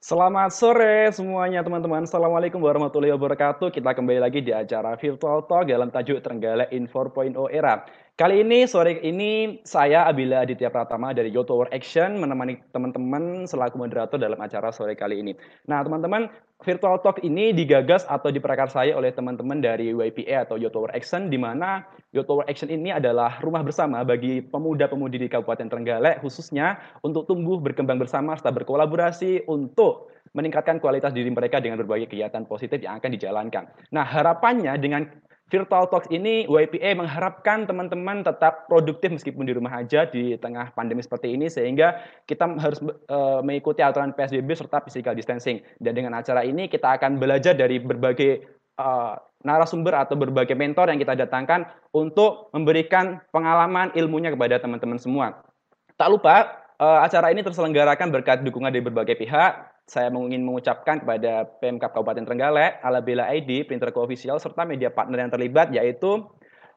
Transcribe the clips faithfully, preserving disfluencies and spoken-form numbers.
Selamat sore semuanya teman-teman. Assalamualaikum warahmatullahi wabarakatuh. Kita kembali lagi di acara Virtual Talk dalam tajuk Trenggalek in empat titik nol Era. Kali ini, sore ini saya Abila Aditya Pratama dari Yo Tower Action menemani teman-teman selaku moderator dalam acara sore kali ini. Nah, teman-teman, Virtual Talk ini digagas atau diprakarsai oleh teman-teman dari Y P A atau Yo Tower Action, di mana Yo Tower Action ini adalah rumah bersama bagi pemuda-pemudi di Kabupaten Trenggalek, khususnya untuk tumbuh berkembang bersama serta berkolaborasi untuk meningkatkan kualitas diri mereka dengan berbagai kegiatan positif yang akan dijalankan. Nah, harapannya dengan Virtual Talks ini Y P A mengharapkan teman-teman tetap produktif meskipun di rumah aja di tengah pandemi seperti ini, sehingga kita harus uh, mengikuti aturan P S B B serta physical distancing. Dan dengan acara ini kita akan belajar dari berbagai uh, narasumber atau berbagai mentor yang kita datangkan untuk memberikan pengalaman ilmunya kepada teman-teman semua. Tak lupa, uh, acara ini terselenggarakan berkat dukungan dari berbagai pihak. Saya ingin mengucapkan kepada Pemkab Kabupaten Trenggalek, Alabella I D, Printerco Official, serta media partner yang terlibat, yaitu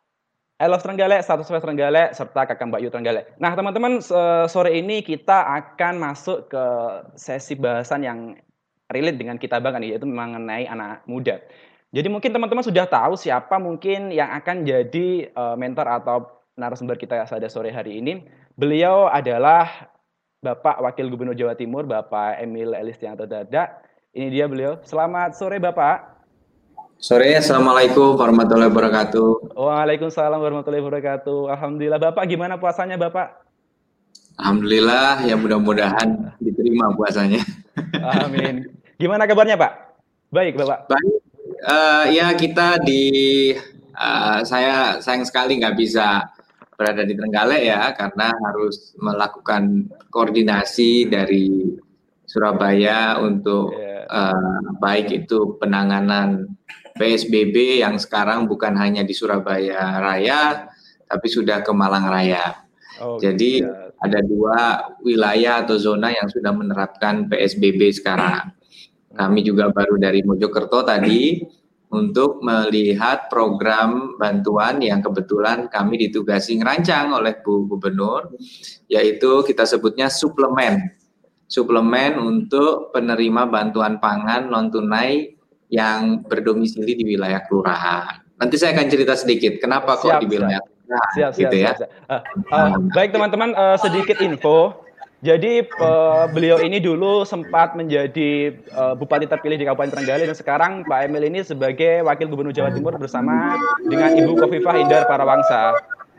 I Love Trenggalek, Status West Trenggalek, serta Kakak Mbak Yu Trenggalek. Nah, teman-teman, sore ini kita akan masuk ke sesi bahasan yang relate dengan kita banget, yaitu mengenai anak muda. Jadi mungkin teman-teman sudah tahu siapa mungkin yang akan jadi uh, mentor atau narasumber kita pada sore hari ini. Beliau adalah Bapak Wakil Gubernur Jawa Timur, Bapak Emil Elistianto Dardak. Ini dia beliau. Selamat sore, Bapak. Sore, Assalamualaikum warahmatullahi wabarakatuh. Waalaikumsalam warahmatullahi wabarakatuh. Alhamdulillah, Bapak. Gimana puasanya, Bapak? Alhamdulillah, ya mudah-mudahan diterima puasanya. Amin. Gimana kabarnya, Pak? Baik, Bapak. Baik. Uh, ya kita di, uh, saya sayang sekali nggak bisa berada di Trenggalek ya, karena harus melakukan koordinasi dari Surabaya untuk yeah. uh, baik itu penanganan P S B B yang sekarang bukan hanya di Surabaya Raya, tapi sudah ke Malang Raya. Oh, Jadi yeah. ada dua wilayah atau zona yang sudah menerapkan P S B B sekarang. Kami juga baru dari Mojokerto tadi untuk melihat program bantuan yang kebetulan kami ditugasi ngerancang oleh Bu Gubernur, yaitu kita sebutnya suplemen. Suplemen untuk penerima bantuan pangan non-tunai yang berdomisili di wilayah kelurahan. Nanti saya akan cerita sedikit kenapa siap, kok di wilayah kelurahan, siap, gitu siap, ya. Siap, siap. Uh, uh, baik teman-teman, uh, sedikit info. Jadi uh, beliau ini dulu sempat menjadi uh, bupati terpilih di Kabupaten Trenggalek, dan sekarang Pak Emil ini sebagai Wakil Gubernur Jawa Timur bersama dengan Ibu Khofifah Indar Parawangsa.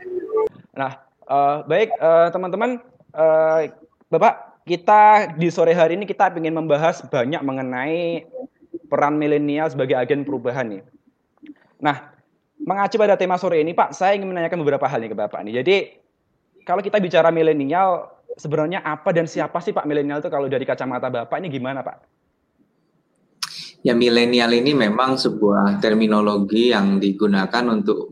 Nah, uh, baik uh, teman-teman, uh, Bapak, kita di sore hari ini kita ingin membahas banyak mengenai peran milenial sebagai agen perubahan nih. Nah, mengacu pada tema sore ini, Pak, saya ingin menanyakan beberapa hal nih ke Bapak nih. Jadi, kalau kita bicara milenial, sebenarnya apa dan siapa sih Pak milenial itu kalau dari kacamata Bapak ini gimana Pak? Ya, milenial ini memang sebuah terminologi yang digunakan untuk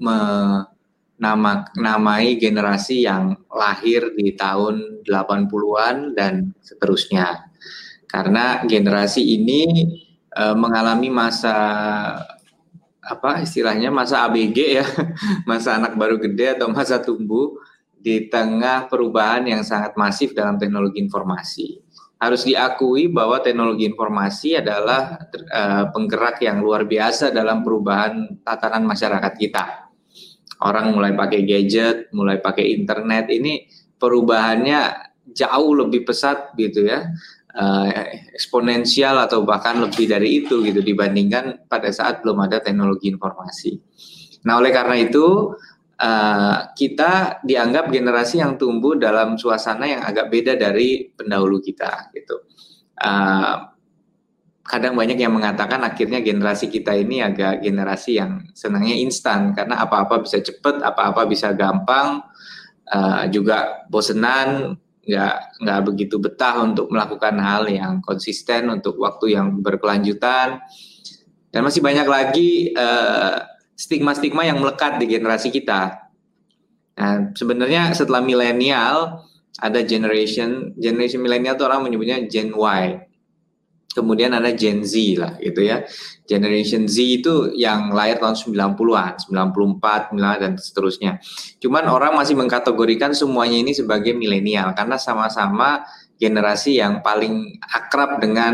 menamai generasi yang lahir di tahun delapan puluhan dan seterusnya. Karena generasi ini e, mengalami masa apa istilahnya masa A B G ya, masa anak baru gede atau masa tumbuh di tengah perubahan yang sangat masif dalam teknologi informasi. Harus diakui bahwa teknologi informasi adalah uh, penggerak yang luar biasa dalam perubahan tatanan masyarakat kita. Orang mulai pakai gadget, mulai pakai internet, ini perubahannya jauh lebih pesat gitu ya, uh, eksponensial atau bahkan lebih dari itu gitu dibandingkan pada saat belum ada teknologi informasi. Nah, oleh karena itu Uh, kita dianggap generasi yang tumbuh dalam suasana yang agak beda dari pendahulu kita gitu. Uh, kadang banyak yang mengatakan akhirnya generasi kita ini agak generasi yang senangnya instan karena apa-apa bisa cepat, apa-apa bisa gampang, uh, juga bosenan, nggak nggak begitu betah untuk melakukan hal yang konsisten untuk waktu yang berkelanjutan, dan masih banyak lagi Uh, stigma-stigma yang melekat di generasi kita. Nah, sebenarnya setelah milenial ada generation generation milenial itu orang menyebutnya Gen Y. Kemudian ada Gen Z lah gitu ya. Generation Z itu yang lahir tahun sembilan puluhan, sembilan puluh empat, dan seterusnya. Cuman orang masih mengkategorikan semuanya ini sebagai milenial karena sama-sama generasi yang paling akrab dengan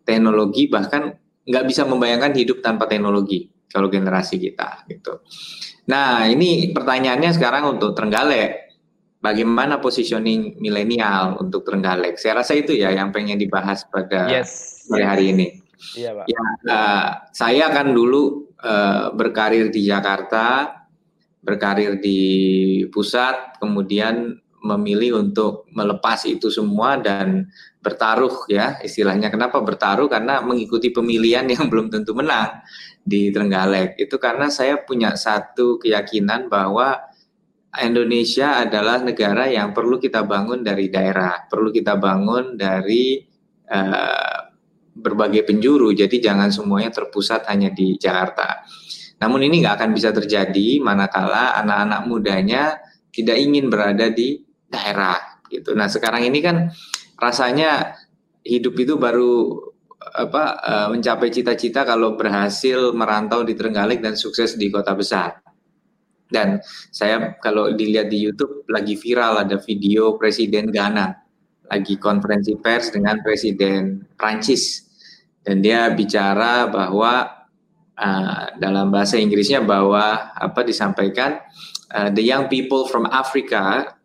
teknologi, bahkan nggak bisa membayangkan hidup tanpa teknologi kalau generasi kita gitu. Nah, ini pertanyaannya sekarang untuk Trenggalek. Bagaimana positioning milenial untuk Trenggalek? Saya rasa itu ya yang pengen dibahas pada Yes, sore yes. hari ini. Iya, Pak. Ya, uh, saya kan dulu uh, berkarir di Jakarta, berkarir di pusat, kemudian memilih untuk melepas itu semua dan bertaruh ya istilahnya. Kenapa bertaruh? Karena mengikuti pemilihan yang belum tentu menang di Trenggalek. Itu karena saya punya satu keyakinan bahwa Indonesia adalah negara yang perlu kita bangun dari daerah, perlu kita bangun dari uh, berbagai penjuru. Jadi jangan semuanya terpusat hanya di Jakarta. Namun ini nggak akan bisa terjadi manakala anak-anak mudanya tidak ingin berada di daerah gitu. Nah sekarang ini kan rasanya hidup itu baru apa uh, mencapai cita-cita kalau berhasil merantau di Trenggalek dan sukses di kota besar. Dan saya kalau dilihat di YouTube lagi viral ada video Presiden Ghana lagi konferensi pers dengan Presiden Prancis dan dia bicara bahwa uh, dalam bahasa Inggrisnya bahwa apa disampaikan uh, the young people from Africa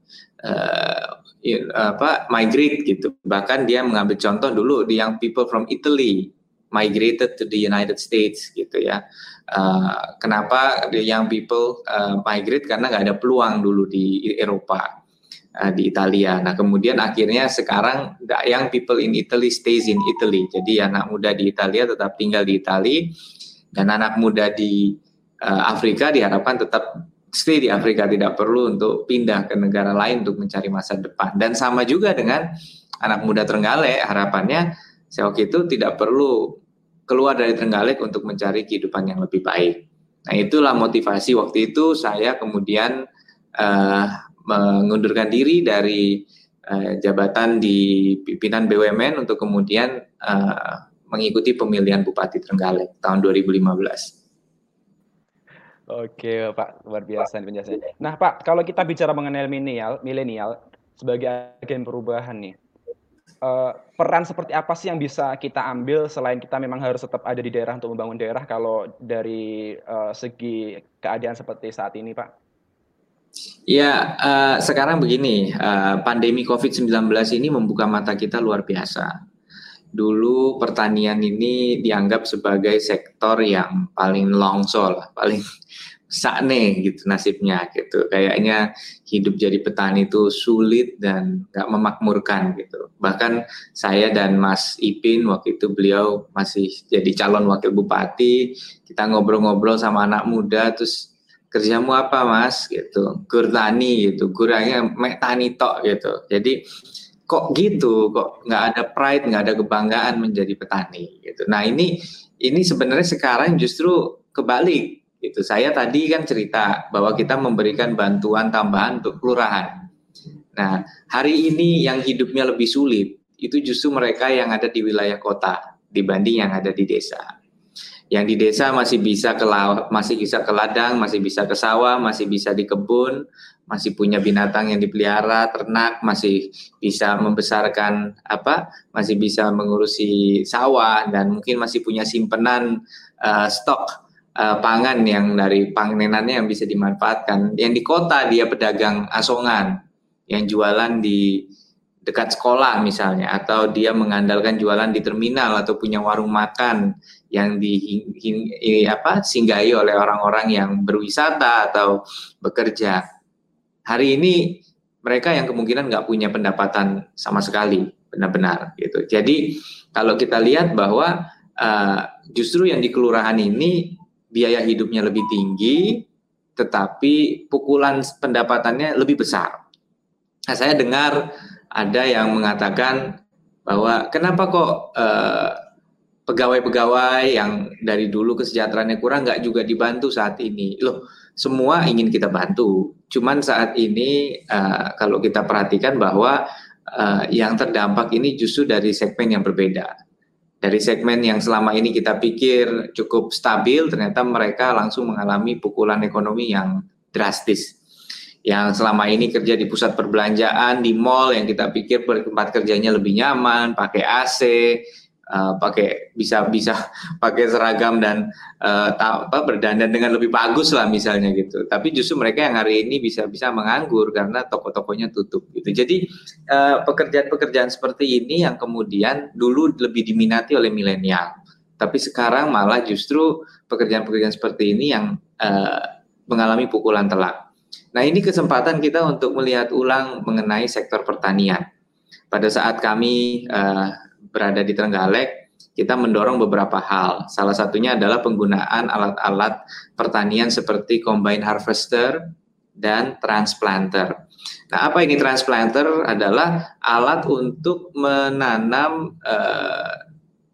uh, in, apa migrate gitu. Bahkan dia mengambil contoh dulu the young people from Italy migrated to the United States gitu ya. Uh, kenapa the young people uh, migrate? Karena nggak ada peluang dulu di Eropa, uh, di Italia. Nah kemudian akhirnya sekarang the young people in Italy stays in Italy. Jadi anak muda di Italia tetap tinggal di Italia dan anak muda di uh, Afrika diharapkan tetap stay di Afrika, tidak perlu untuk pindah ke negara lain untuk mencari masa depan. Dan sama juga dengan anak muda Trenggalek, harapannya saya waktu itu tidak perlu keluar dari Trenggalek untuk mencari kehidupan yang lebih baik. Nah itulah motivasi waktu itu saya kemudian uh, mengundurkan diri dari uh, jabatan di pimpinan B U M N untuk kemudian uh, mengikuti pemilihan Bupati Trenggalek tahun dua ribu lima belas. Oke Pak, luar biasa penjelasannya. Nah Pak, kalau kita bicara mengenai milenial, milenial sebagai agen perubahan nih, Uh, peran seperti apa sih yang bisa kita ambil selain kita memang harus tetap ada di daerah untuk membangun daerah kalau dari uh, segi keadaan seperti saat ini Pak? Ya, uh, sekarang begini, uh, pandemi covid sembilan belas ini membuka mata kita luar biasa. Dulu pertanian ini dianggap sebagai sektor yang paling longso lah, paling sakne gitu nasibnya gitu. Kayaknya hidup jadi petani itu sulit dan gak memakmurkan gitu. Bahkan saya dan Mas Ipin waktu itu beliau masih jadi calon wakil bupati, kita ngobrol-ngobrol sama anak muda terus kerjamu apa Mas gitu. Gur tani gitu, guranya mek tani tok gitu. Jadi kok gitu, kok nggak ada pride, nggak ada kebanggaan menjadi petani gitu. Nah ini ini sebenarnya sekarang justru kebalik. Itu saya tadi kan cerita bahwa kita memberikan bantuan tambahan untuk kelurahan. Nah, hari ini yang hidupnya lebih sulit itu justru mereka yang ada di wilayah kota dibanding yang ada di desa. Yang di desa masih bisa ke laut, masih bisa ke ladang, masih bisa ke sawah, masih bisa di kebun, masih punya binatang yang dipelihara, ternak, masih bisa membesarkan apa? Masih bisa mengurusi sawah dan mungkin masih punya simpenan uh, stok Uh, pangan yang dari panenannya yang bisa dimanfaatkan. Yang di kota dia pedagang asongan yang jualan di dekat sekolah misalnya, atau dia mengandalkan jualan di terminal atau punya warung makan yang di apa singgahi oleh orang-orang yang berwisata atau bekerja. Hari ini mereka yang kemungkinan nggak punya pendapatan sama sekali benar-benar gitu. Jadi kalau kita lihat bahwa uh, justru yang di kelurahan ini biaya hidupnya lebih tinggi, tetapi pukulan pendapatannya lebih besar. Nah, saya dengar ada yang mengatakan bahwa kenapa kok eh, pegawai-pegawai yang dari dulu kesejahteraannya kurang nggak juga dibantu saat ini? Loh, semua ingin kita bantu. Cuman saat ini eh, kalau kita perhatikan bahwa eh, yang terdampak ini justru dari segmen yang berbeda. Dari segmen yang selama ini kita pikir cukup stabil, ternyata mereka langsung mengalami pukulan ekonomi yang drastis. Yang selama ini kerja di pusat perbelanjaan, di mall, yang kita pikir tempat kerjanya lebih nyaman, pakai A C, uh, pakai bisa bisa pakai seragam dan uh, apa berdandan dengan lebih bagus lah misalnya gitu. Tapi justru mereka yang hari ini bisa-bisa menganggur karena toko-tokonya tutup gitu. Jadi uh, pekerjaan-pekerjaan seperti ini yang kemudian dulu lebih diminati oleh milenial. Tapi sekarang malah justru pekerjaan-pekerjaan seperti ini yang uh, mengalami pukulan telak. Nah, ini kesempatan kita untuk melihat ulang mengenai sektor pertanian. Pada saat kami uh, berada di Trenggalek, kita mendorong beberapa hal. Salah satunya adalah penggunaan alat-alat pertanian seperti combine harvester dan transplanter. Nah, apa ini transplanter? Adalah alat untuk menanam uh,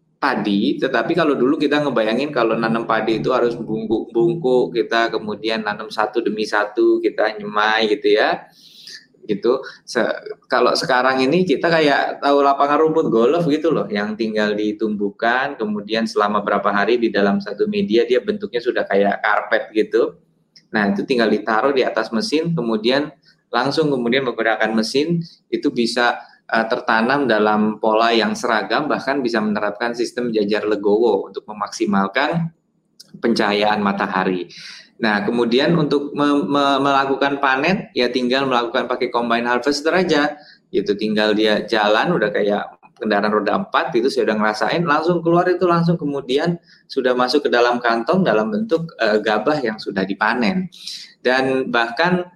padi, tetapi kalau dulu kita ngebayangin kalau nanam padi itu harus bungkuk-bungkuk, kita kemudian nanam satu demi satu, kita nyemai gitu ya, gitu. Se kalau sekarang ini kita kayak tahu lapangan rumput golf gitu loh, yang tinggal ditumbuhkan, kemudian selama berapa hari di dalam satu media dia bentuknya sudah kayak karpet gitu. Nah, itu tinggal ditaruh di atas mesin, kemudian langsung kemudian menggunakan mesin itu bisa Uh, tertanam dalam pola yang seragam, bahkan bisa menerapkan sistem jajar legowo untuk memaksimalkan pencahayaan matahari. Nah, kemudian untuk me me melakukan panen, ya tinggal melakukan pakai combine harvester aja, gitu. Tinggal dia jalan, udah kayak kendaraan roda empat, itu saya udah ngerasain, langsung keluar itu langsung kemudian sudah masuk ke dalam kantong dalam bentuk uh, gabah yang sudah dipanen. Dan bahkan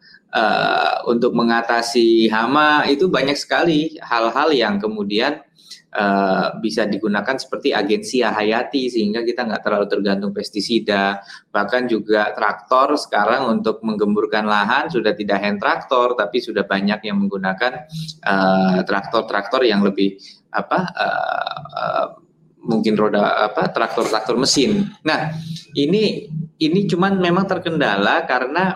Uh, untuk mengatasi hama itu banyak sekali hal-hal yang kemudian uh, bisa digunakan seperti agensia hayati sehingga kita nggak terlalu tergantung pestisida. Bahkan juga traktor sekarang untuk menggemburkan lahan sudah tidak hand traktor tapi sudah banyak yang menggunakan uh, traktor-traktor yang lebih apa uh, uh, mungkin roda apa traktor-traktor mesin. Nah, ini ini cuman memang terkendala karena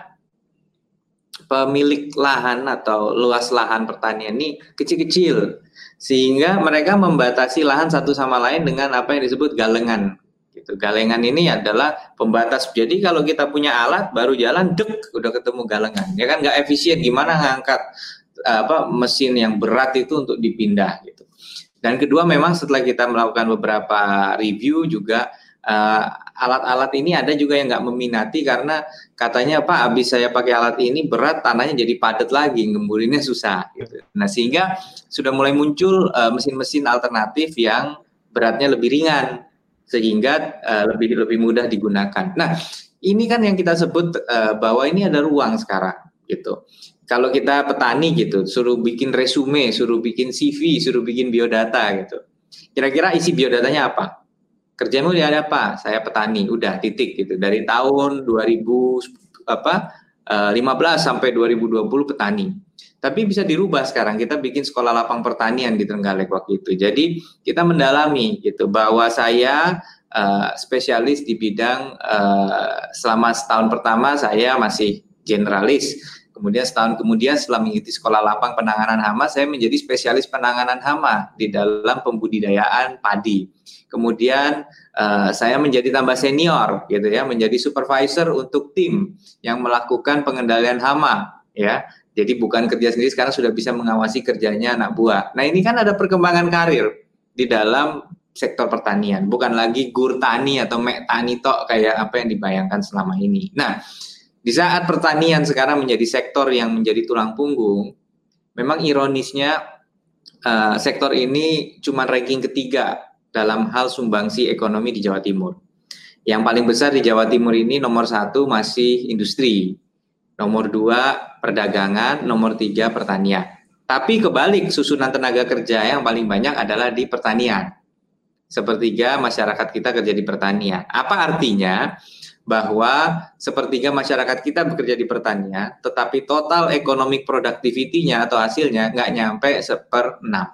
pemilik lahan atau luas lahan pertanian ini kecil-kecil sehingga mereka membatasi lahan satu sama lain dengan apa yang disebut galengan gitu. Galengan ini adalah pembatas. Jadi kalau kita punya alat baru jalan dek udah ketemu galengan. Ya kan nggak efisien, gimana ngangkat apa mesin yang berat itu untuk dipindah gitu. Dan kedua memang setelah kita melakukan beberapa review juga Uh, alat-alat ini ada juga yang nggak meminati karena katanya Pak habis saya pakai alat ini berat tanahnya jadi padat lagi, ngemburinnya susah gitu. Nah sehingga sudah mulai muncul uh, mesin-mesin alternatif yang beratnya lebih ringan sehingga uh, lebih lebih mudah digunakan. Nah ini kan yang kita sebut uh, bahwa ini ada ruang sekarang gitu. Kalau kita petani gitu, suruh bikin resume, suruh bikin C V, suruh bikin biodata gitu. Kira-kira isi biodatanya apa? Kerjamu dia ada apa? Saya petani, udah titik gitu. Dari tahun dua ribu lima belas sampai dua ribu dua puluh petani. Tapi bisa dirubah sekarang. Kita bikin sekolah lapang pertanian di Trenggalek waktu itu. Jadi kita mendalami gitu bahwa saya uh, spesialis di bidang uh, selama setahun pertama saya masih generalis. Kemudian setahun kemudian setelah mengikuti sekolah lapang penanganan hama, saya menjadi spesialis penanganan hama di dalam pembudidayaan padi. Kemudian uh, saya menjadi tambah senior, gitu ya, menjadi supervisor untuk tim yang melakukan pengendalian hama, ya. Jadi bukan kerja sendiri, sekarang sudah bisa mengawasi kerjanya anak buah. Nah ini kan ada perkembangan karir di dalam sektor pertanian, bukan lagi gur tani atau mek tani tok kayak apa yang dibayangkan selama ini. Nah di saat pertanian sekarang menjadi sektor yang menjadi tulang punggung, memang ironisnya uh, sektor ini cuma ranking ketiga dalam hal sumbangsi ekonomi di Jawa Timur. Yang paling besar di Jawa Timur ini nomor satu masih industri, nomor dua perdagangan, nomor tiga pertanian. Tapi kebalik susunan tenaga kerja yang paling banyak adalah di pertanian. Sepertiga masyarakat kita kerja di pertanian. Apa artinya? Bahwa sepertiga masyarakat kita bekerja di pertanian, tetapi total economic productivity-nya atau hasilnya nggak nyampe seperenam,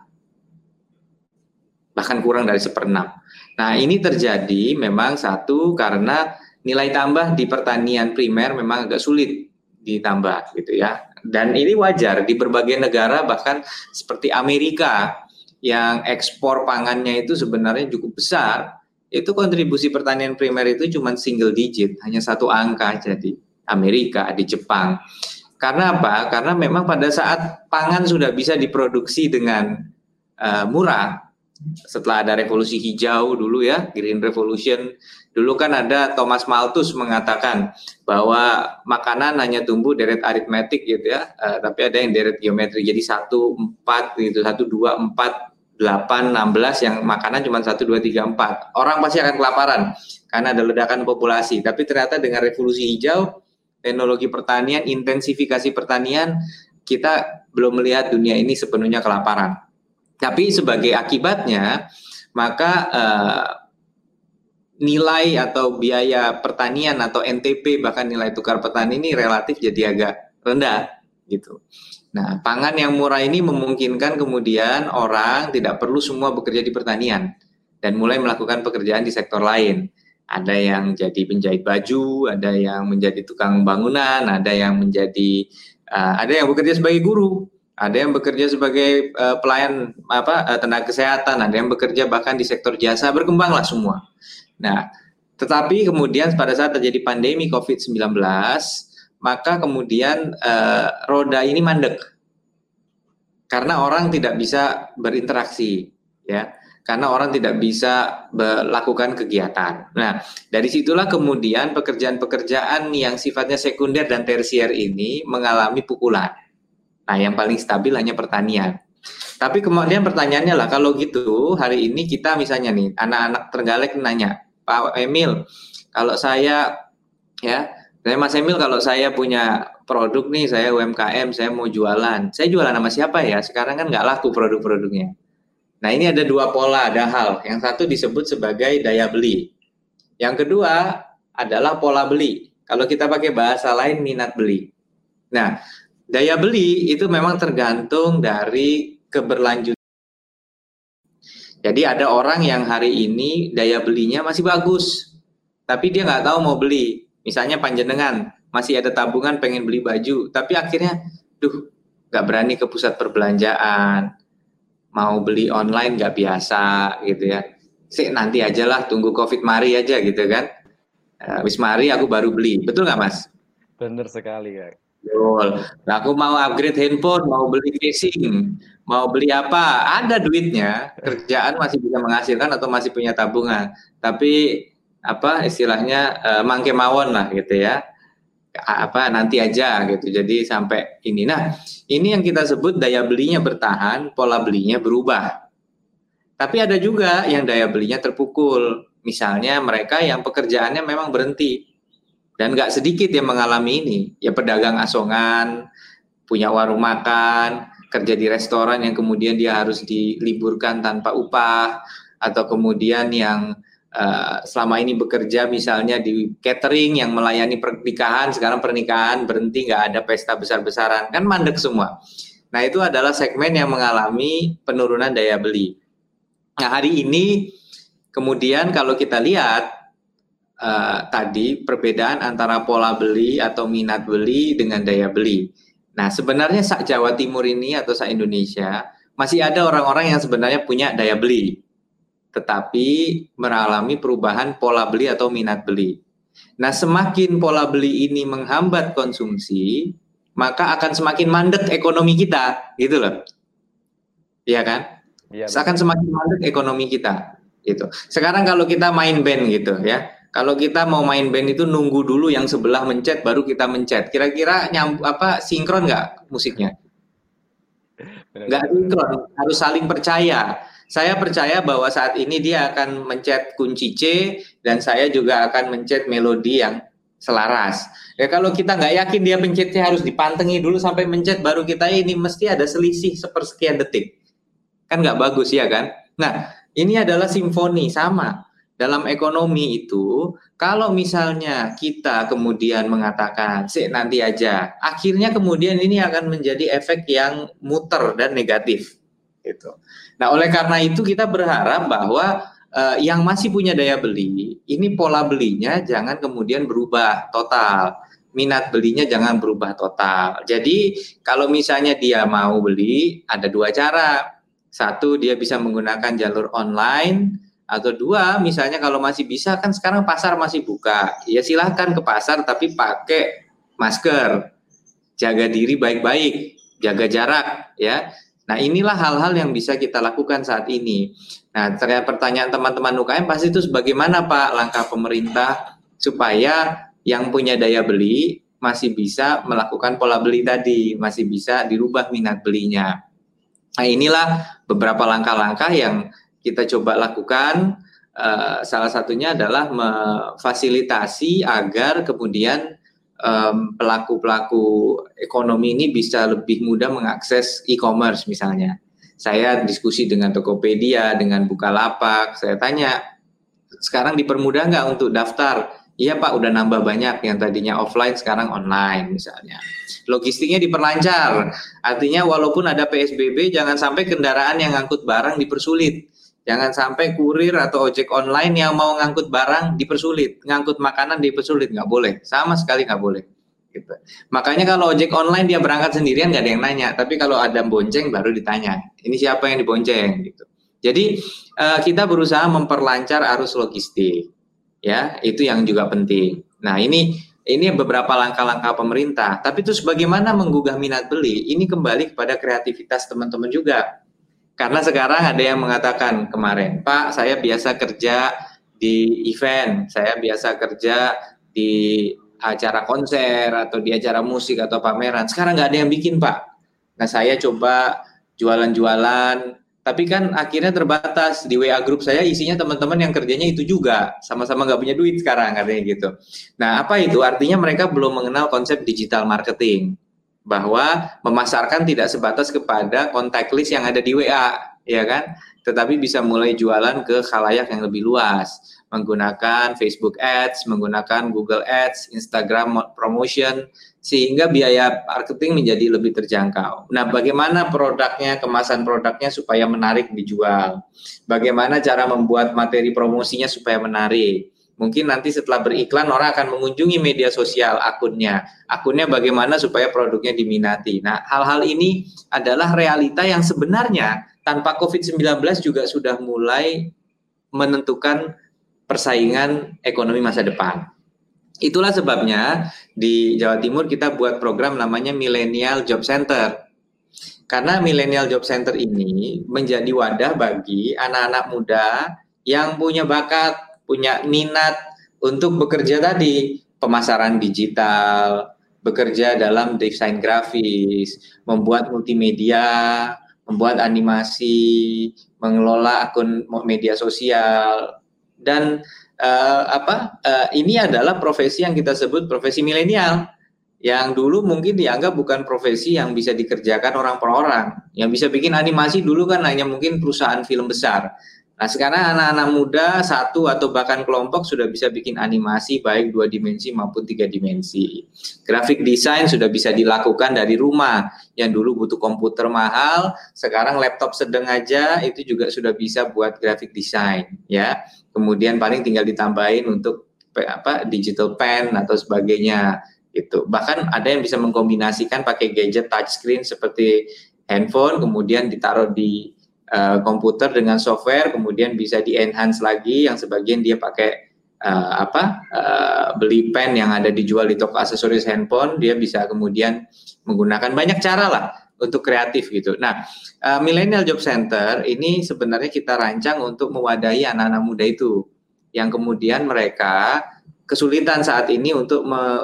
bahkan kurang dari seperenam. Nah ini terjadi memang satu karena nilai tambah di pertanian primer memang agak sulit ditambah gitu ya. Dan ini wajar di berbagai negara bahkan seperti Amerika yang ekspor pangannya itu sebenarnya cukup besar. Itu kontribusi pertanian primer itu cuma single digit, hanya satu angka aja di Amerika, di Jepang. Karena apa? Karena memang pada saat pangan sudah bisa diproduksi dengan uh, murah, setelah ada revolusi hijau dulu ya, Green Revolution. Dulu kan ada Thomas Malthus mengatakan bahwa makanan hanya tumbuh deret aritmetik gitu ya, uh, tapi ada yang deret geometri. Jadi satu, empat gitu, satu, dua, empat, delapan, enam belas, yang makanan cuma satu, dua, tiga, empat. Orang pasti akan kelaparan karena ada ledakan populasi. Tapi ternyata dengan revolusi hijau, teknologi pertanian, intensifikasi pertanian, kita belum melihat dunia ini sepenuhnya kelaparan. Tapi sebagai akibatnya, maka uh, nilai atau biaya pertanian atau N T P, bahkan nilai tukar petani ini relatif jadi agak rendah gitu. Nah, pangan yang murah ini memungkinkan kemudian orang tidak perlu semua bekerja di pertanian dan mulai melakukan pekerjaan di sektor lain. Ada yang jadi penjahit baju, ada yang menjadi tukang bangunan, ada yang menjadi uh, ada yang bekerja sebagai guru, ada yang bekerja sebagai uh, pelayan apa uh, tenaga kesehatan, ada yang bekerja bahkan di sektor jasa, berkembanglah semua. Nah, tetapi kemudian pada saat terjadi pandemi covid sembilan belas, maka kemudian uh, roda ini mandek. Karena orang tidak bisa berinteraksi, ya. Karena orang tidak bisa melakukan kegiatan. Nah, dari situlah kemudian pekerjaan-pekerjaan yang sifatnya sekunder dan tersier ini mengalami pukulan. Nah, yang paling stabil hanya pertanian. Tapi kemudian pertanyaannya lah, kalau gitu hari ini kita misalnya nih, anak-anak Trenggalek nanya, Pak Emil, kalau saya ya, saya Mas Emil, kalau saya punya produk nih, saya U M K M, saya mau jualan, saya jualan sama siapa ya? Sekarang kan nggak laku produk-produknya. Nah, ini ada dua pola, ada hal. Yang satu disebut sebagai daya beli. Yang kedua adalah pola beli. Kalau kita pakai bahasa lain, minat beli. Nah, daya beli itu memang tergantung dari keberlanjutan. Jadi ada orang yang hari ini daya belinya masih bagus, tapi dia nggak tahu mau beli. Misalnya panjenengan, masih ada tabungan pengen beli baju, tapi akhirnya, duh, nggak berani ke pusat perbelanjaan, mau beli online nggak biasa gitu ya. Sih nanti aja lah, tunggu COVID mari aja gitu kan. Uh, wis mari aku baru beli, betul nggak Mas? Bener sekali Kak. Betul. Nah, aku mau upgrade handphone, mau beli casing, mau beli apa, ada duitnya, kerjaan masih bisa menghasilkan atau masih punya tabungan. Tapi apa istilahnya uh, mangke mawon lah gitu ya. Apa nanti aja gitu. Jadi sampai ini. Nah, ini yang kita sebut daya belinya bertahan, pola belinya berubah. Tapi ada juga yang daya belinya terpukul. Misalnya mereka yang pekerjaannya memang berhenti. Dan nggak sedikit yang mengalami ini, ya pedagang asongan, punya warung makan, kerja di restoran yang kemudian dia harus diliburkan tanpa upah, atau kemudian yang uh, selama ini bekerja misalnya di catering yang melayani pernikahan, sekarang pernikahan berhenti, nggak ada pesta besar-besaran, kan mandek semua. Nah, itu adalah segmen yang mengalami penurunan daya beli. Nah, hari ini kemudian kalau kita lihat, Uh, tadi perbedaan antara pola beli atau minat beli dengan daya beli. Nah, sebenarnya sak Jawa Timur ini atau sak Indonesia masih ada orang-orang yang sebenarnya punya daya beli, tetapi mengalami perubahan pola beli atau minat beli. Nah, semakin pola beli ini menghambat konsumsi, maka akan semakin mandek ekonomi kita, gitu loh. Iya kan? Ya, akan semakin mandek ekonomi kita, gitu. Sekarang kalau kita main band gitu ya. Kalau kita mau main band itu nunggu dulu yang sebelah mencet baru kita mencet. Kira-kira nyambung apa sinkron nggak musiknya? Nggak sinkron, harus saling percaya. Saya percaya bahwa saat ini dia akan mencet kunci C dan saya juga akan mencet melodi yang selaras. Ya kalau kita nggak yakin dia pencetnya harus dipantengi dulu sampai mencet baru kita ini mesti ada selisih sepersekian detik. Kan nggak bagus ya kan? Nah, ini adalah simfoni sama. Dalam ekonomi itu, kalau misalnya kita kemudian mengatakan, sih nanti aja, akhirnya kemudian ini akan menjadi efek yang muter dan negatif. Gitu. Nah, oleh karena itu kita berharap bahwa uh, yang masih punya daya beli, ini pola belinya jangan kemudian berubah total. Minat belinya jangan berubah total. Jadi, kalau misalnya dia mau beli, ada dua cara. Satu, dia bisa menggunakan jalur online. Atau dua, misalnya kalau masih bisa, kan sekarang pasar masih buka. Ya silahkan ke pasar tapi pakai masker. Jaga diri baik-baik, jaga jarak ya. Nah, inilah hal-hal yang bisa kita lakukan saat ini. Nah, terkait pertanyaan teman-teman U K M pasti itu bagaimana Pak langkah pemerintah supaya yang punya daya beli masih bisa melakukan pola beli tadi, masih bisa dirubah minat belinya. Nah, inilah beberapa langkah-langkah yang kita coba lakukan. Uh, salah satunya adalah memfasilitasi agar kemudian um, pelaku-pelaku ekonomi ini bisa lebih mudah mengakses e-commerce misalnya. Saya diskusi dengan Tokopedia, dengan Bukalapak, saya tanya, sekarang dipermudah nggak untuk daftar? Iya Pak, udah nambah banyak, yang tadinya offline sekarang online misalnya. Logistiknya diperlancar, artinya walaupun ada P S B B, jangan sampai kendaraan yang ngangkut barang dipersulit. Jangan sampai kurir atau ojek online yang mau ngangkut barang dipersulit, ngangkut makanan dipersulit, nggak boleh, sama sekali nggak boleh. Gitu. Makanya kalau ojek online dia berangkat sendirian nggak ada yang nanya, tapi kalau ada bonceng baru ditanya, ini siapa yang dibonceng gitu. Jadi uh, kita berusaha memperlancar arus logistik, ya itu yang juga penting. Nah ini ini beberapa langkah-langkah pemerintah. Tapi terus bagaimana menggugah minat beli? Ini kembali kepada kreativitas teman-teman juga. Karena sekarang ada yang mengatakan kemarin, Pak, saya biasa kerja di event, saya biasa kerja di acara konser atau di acara musik atau pameran. Sekarang nggak ada yang bikin, Pak. Nah, saya coba jualan-jualan, tapi kan akhirnya terbatas. Di W A grup saya isinya teman-teman yang kerjanya itu juga, sama-sama nggak punya duit sekarang, katanya gitu. Nah, apa itu? Artinya mereka belum mengenal konsep digital marketing. Bahwa memasarkan tidak sebatas kepada kontak list yang ada di W A, ya kan? Tetapi bisa mulai jualan ke khalayak yang lebih luas, menggunakan Facebook Ads, menggunakan Google Ads, Instagram promotion, sehingga biaya marketing menjadi lebih terjangkau. Nah, bagaimana produknya, kemasan produknya supaya menarik dijual? Bagaimana cara membuat materi promosinya supaya menarik? Mungkin nanti setelah beriklan orang akan mengunjungi media sosial akunnya. Akunnya bagaimana supaya produknya diminati. Nah, hal-hal ini adalah realita yang sebenarnya tanpa covid sembilan belas juga sudah mulai menentukan persaingan ekonomi masa depan. Itulah sebabnya di Jawa Timur kita buat program namanya Millennial Job Center. Karena Millennial Job Center ini menjadi wadah bagi anak-anak muda yang punya bakat, punya minat untuk bekerja tadi, pemasaran digital, bekerja dalam desain grafis, membuat multimedia, membuat animasi, mengelola akun media sosial, dan uh, apa? Uh, ini adalah profesi yang kita sebut profesi milenial, yang dulu mungkin dianggap bukan profesi yang bisa dikerjakan orang per orang. Yang bisa bikin animasi dulu kan hanya mungkin perusahaan film besar. Nah, sekarang anak-anak muda satu atau bahkan kelompok sudah bisa bikin animasi baik dua dimensi maupun tiga dimensi. Grafik desain sudah bisa dilakukan dari rumah. Yang dulu butuh komputer mahal, sekarang laptop sedang aja itu juga sudah bisa buat grafik desain, ya. Kemudian paling tinggal ditambahin untuk apa digital pen atau sebagainya gitu. Bahkan ada yang bisa mengkombinasikan pakai gadget touchscreen seperti handphone, kemudian ditaruh di Uh, komputer dengan software, kemudian bisa di-enhance lagi, yang sebagian dia pakai uh, apa uh, beli pen yang ada dijual di toko aksesoris handphone, dia bisa kemudian menggunakan banyak cara lah untuk kreatif gitu. Nah, uh, Millennial Job Center ini sebenarnya kita rancang untuk mewadahi anak-anak muda itu, yang kemudian mereka kesulitan saat ini untuk me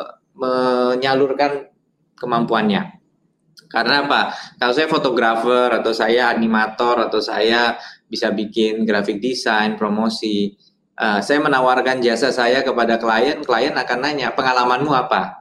menyalurkan kemampuannya. Karena apa? Kalau saya fotografer atau saya animator atau saya bisa bikin grafik desain, promosi, uh, saya menawarkan jasa saya kepada klien, klien akan nanya, pengalamanmu apa?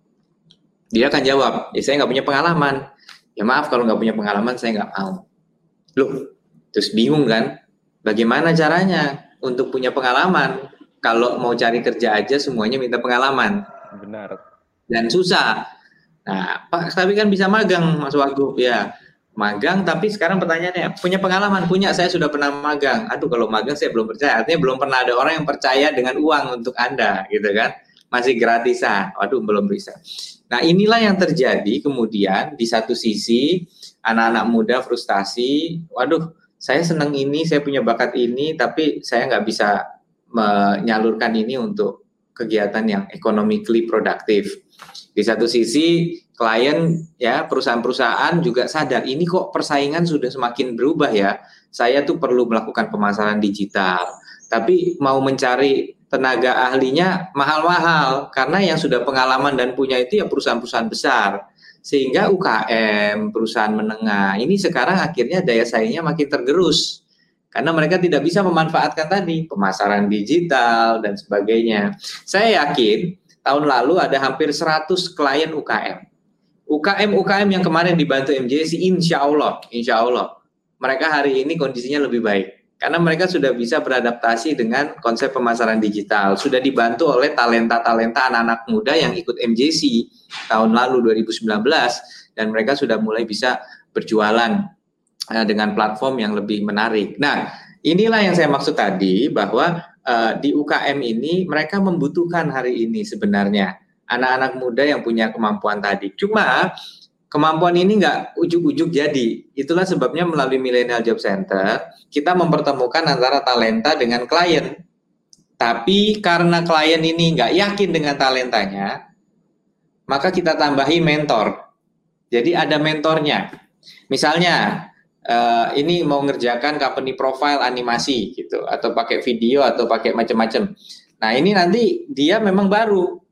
Dia akan jawab, ya saya nggak punya pengalaman. Ya maaf kalau nggak punya pengalaman saya nggak mau. Loh, terus bingung kan? Bagaimana caranya untuk punya pengalaman? Kalau mau cari kerja aja semuanya minta pengalaman. Benar. Dan susah. Nah, Pak, tapi kan bisa magang, Mas Wagub, ya. Magang, tapi sekarang pertanyaannya, punya pengalaman? Punya, saya sudah pernah magang. Aduh, kalau magang saya belum percaya. Artinya belum pernah ada orang yang percaya dengan uang untuk Anda, gitu kan. Masih gratisan. Waduh, belum bisa. Nah, inilah yang terjadi kemudian di satu sisi, anak-anak muda frustasi. Waduh, saya senang ini, saya punya bakat ini, tapi saya nggak bisa menyalurkan ini untuk kegiatan yang economically produktif. Di satu sisi klien ya perusahaan-perusahaan juga sadar ini kok persaingan sudah semakin berubah ya. Saya tuh perlu melakukan pemasaran digital. Tapi mau mencari tenaga ahlinya mahal-mahal karena yang sudah pengalaman dan punya itu ya perusahaan-perusahaan besar. Sehingga U K M, perusahaan menengah ini sekarang akhirnya daya saingnya makin tergerus. Karena mereka tidak bisa memanfaatkan tadi pemasaran digital dan sebagainya. Saya yakin tahun lalu ada hampir seratus klien U K M. U K M-U K M yang kemarin dibantu M J C, insya Allah, insya Allah, mereka hari ini kondisinya lebih baik. Karena mereka sudah bisa beradaptasi dengan konsep pemasaran digital. Sudah dibantu oleh talenta-talenta anak-anak muda yang ikut M J C tahun lalu dua ribu sembilan belas. Dan mereka sudah mulai bisa berjualan uh, dengan platform yang lebih menarik. Nah, inilah yang saya maksud tadi bahwa uh, di U K M ini mereka membutuhkan hari ini sebenarnya anak-anak muda yang punya kemampuan tadi. Cuma kemampuan ini nggak ujuk-ujuk jadi. Itulah sebabnya melalui Millennial Job Center, kita mempertemukan antara talenta dengan klien. Tapi karena klien ini nggak yakin dengan talentanya, maka kita tambahi mentor. Jadi ada mentornya. Misalnya, uh, ini mau ngerjakan company profile animasi gitu, atau pakai video, atau pakai macam-macam. Nah ini nanti dia memang baru.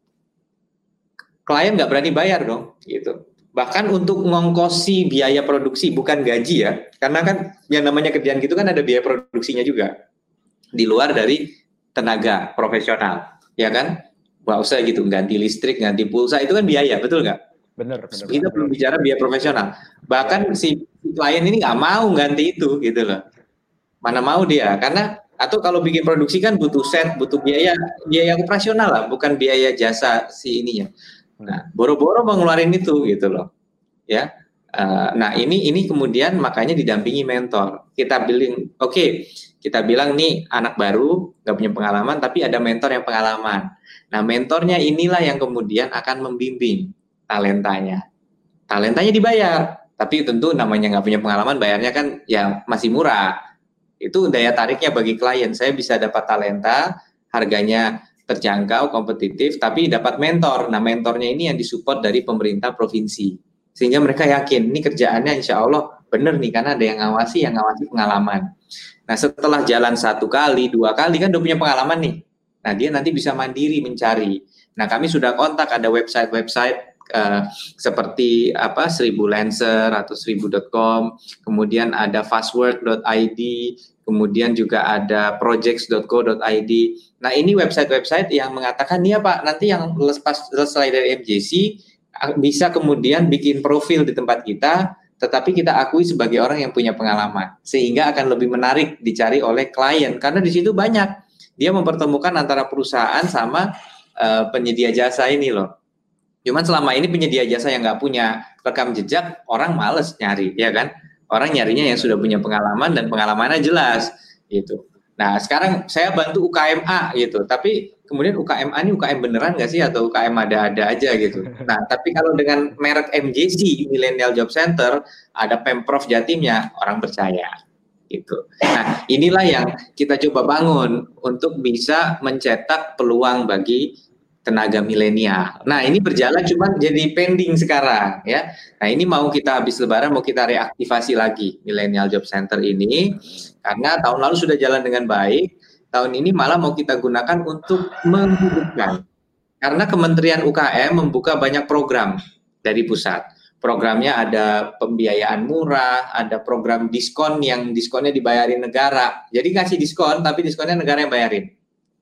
Klien nggak berani bayar dong, gitu. Bahkan untuk ngongkosi biaya produksi, bukan gaji ya, karena kan yang namanya kerjaan gitu kan ada biaya produksinya juga, di luar dari tenaga profesional, ya kan? Nggak usah gitu, ganti listrik, ganti pulsa, itu kan biaya, betul nggak? Benar, benar. Kita belum bicara biaya profesional. Bahkan si klien ini nggak mau ganti itu, gitu loh. Mana mau dia, karena atau kalau bikin produksi kan butuh set, butuh biaya, biaya operasional lah, bukan biaya jasa si ininya. Nah, boro-boro mau ngeluarin itu gitu loh, ya. Uh, nah ini ini kemudian makanya didampingi mentor. Kita bilang, oke, okay, kita bilang nih anak baru nggak punya pengalaman, tapi ada mentor yang pengalaman. Nah mentornya inilah yang kemudian akan membimbing talentanya. Talentanya dibayar, tapi tentu namanya nggak punya pengalaman, bayarnya kan ya masih murah. Itu daya tariknya bagi klien. Saya bisa dapat talenta, harganya terjangkau, kompetitif, tapi dapat mentor. Nah, mentornya ini yang disupport dari pemerintah provinsi. Sehingga mereka yakin, ini kerjaannya insya Allah benar nih, karena ada yang ngawasi, yang ngawasi pengalaman. Nah, setelah jalan satu kali, dua kali, kan udah punya pengalaman nih. Nah, dia nanti bisa mandiri mencari. Nah, kami sudah kontak, ada website-website uh, seperti apa seribu lancer atau seribu dot com, kemudian ada fastwork dot i d, kemudian juga ada projects dot co dot i d. Nah ini website-website yang mengatakan nih ya Pak, nanti yang lepas selesai dari M J C bisa kemudian bikin profil di tempat kita, tetapi kita akui sebagai orang yang punya pengalaman, sehingga akan lebih menarik dicari oleh klien, karena di situ banyak dia mempertemukan antara perusahaan sama uh, penyedia jasa ini loh. Cuman selama ini penyedia jasa yang nggak punya rekam jejak, orang males nyari, ya kan? Orang nyarinya yang sudah punya pengalaman dan pengalamannya jelas, gitu. Nah, sekarang saya bantu U K M A gitu, tapi kemudian U K M A ini U K M beneran nggak sih atau U K M ada-ada aja gitu. Nah, tapi kalau dengan merek M J C, Millennial Job Center, ada Pemprov Jatimnya, orang percaya gitu. Nah, inilah yang kita coba bangun untuk bisa mencetak peluang bagi tenaga milenial. Nah, ini berjalan cuma jadi pending sekarang ya. Nah, ini mau kita habis lebaran mau kita reaktivasi lagi Millennial Job Center ini karena tahun lalu sudah jalan dengan baik. Tahun ini malah mau kita gunakan untuk menghidupkan. Karena Kementerian U K M membuka banyak program dari pusat. Programnya ada pembiayaan murah, ada program diskon yang diskonnya dibayarin negara. Jadi kasih diskon tapi diskonnya negara yang bayarin.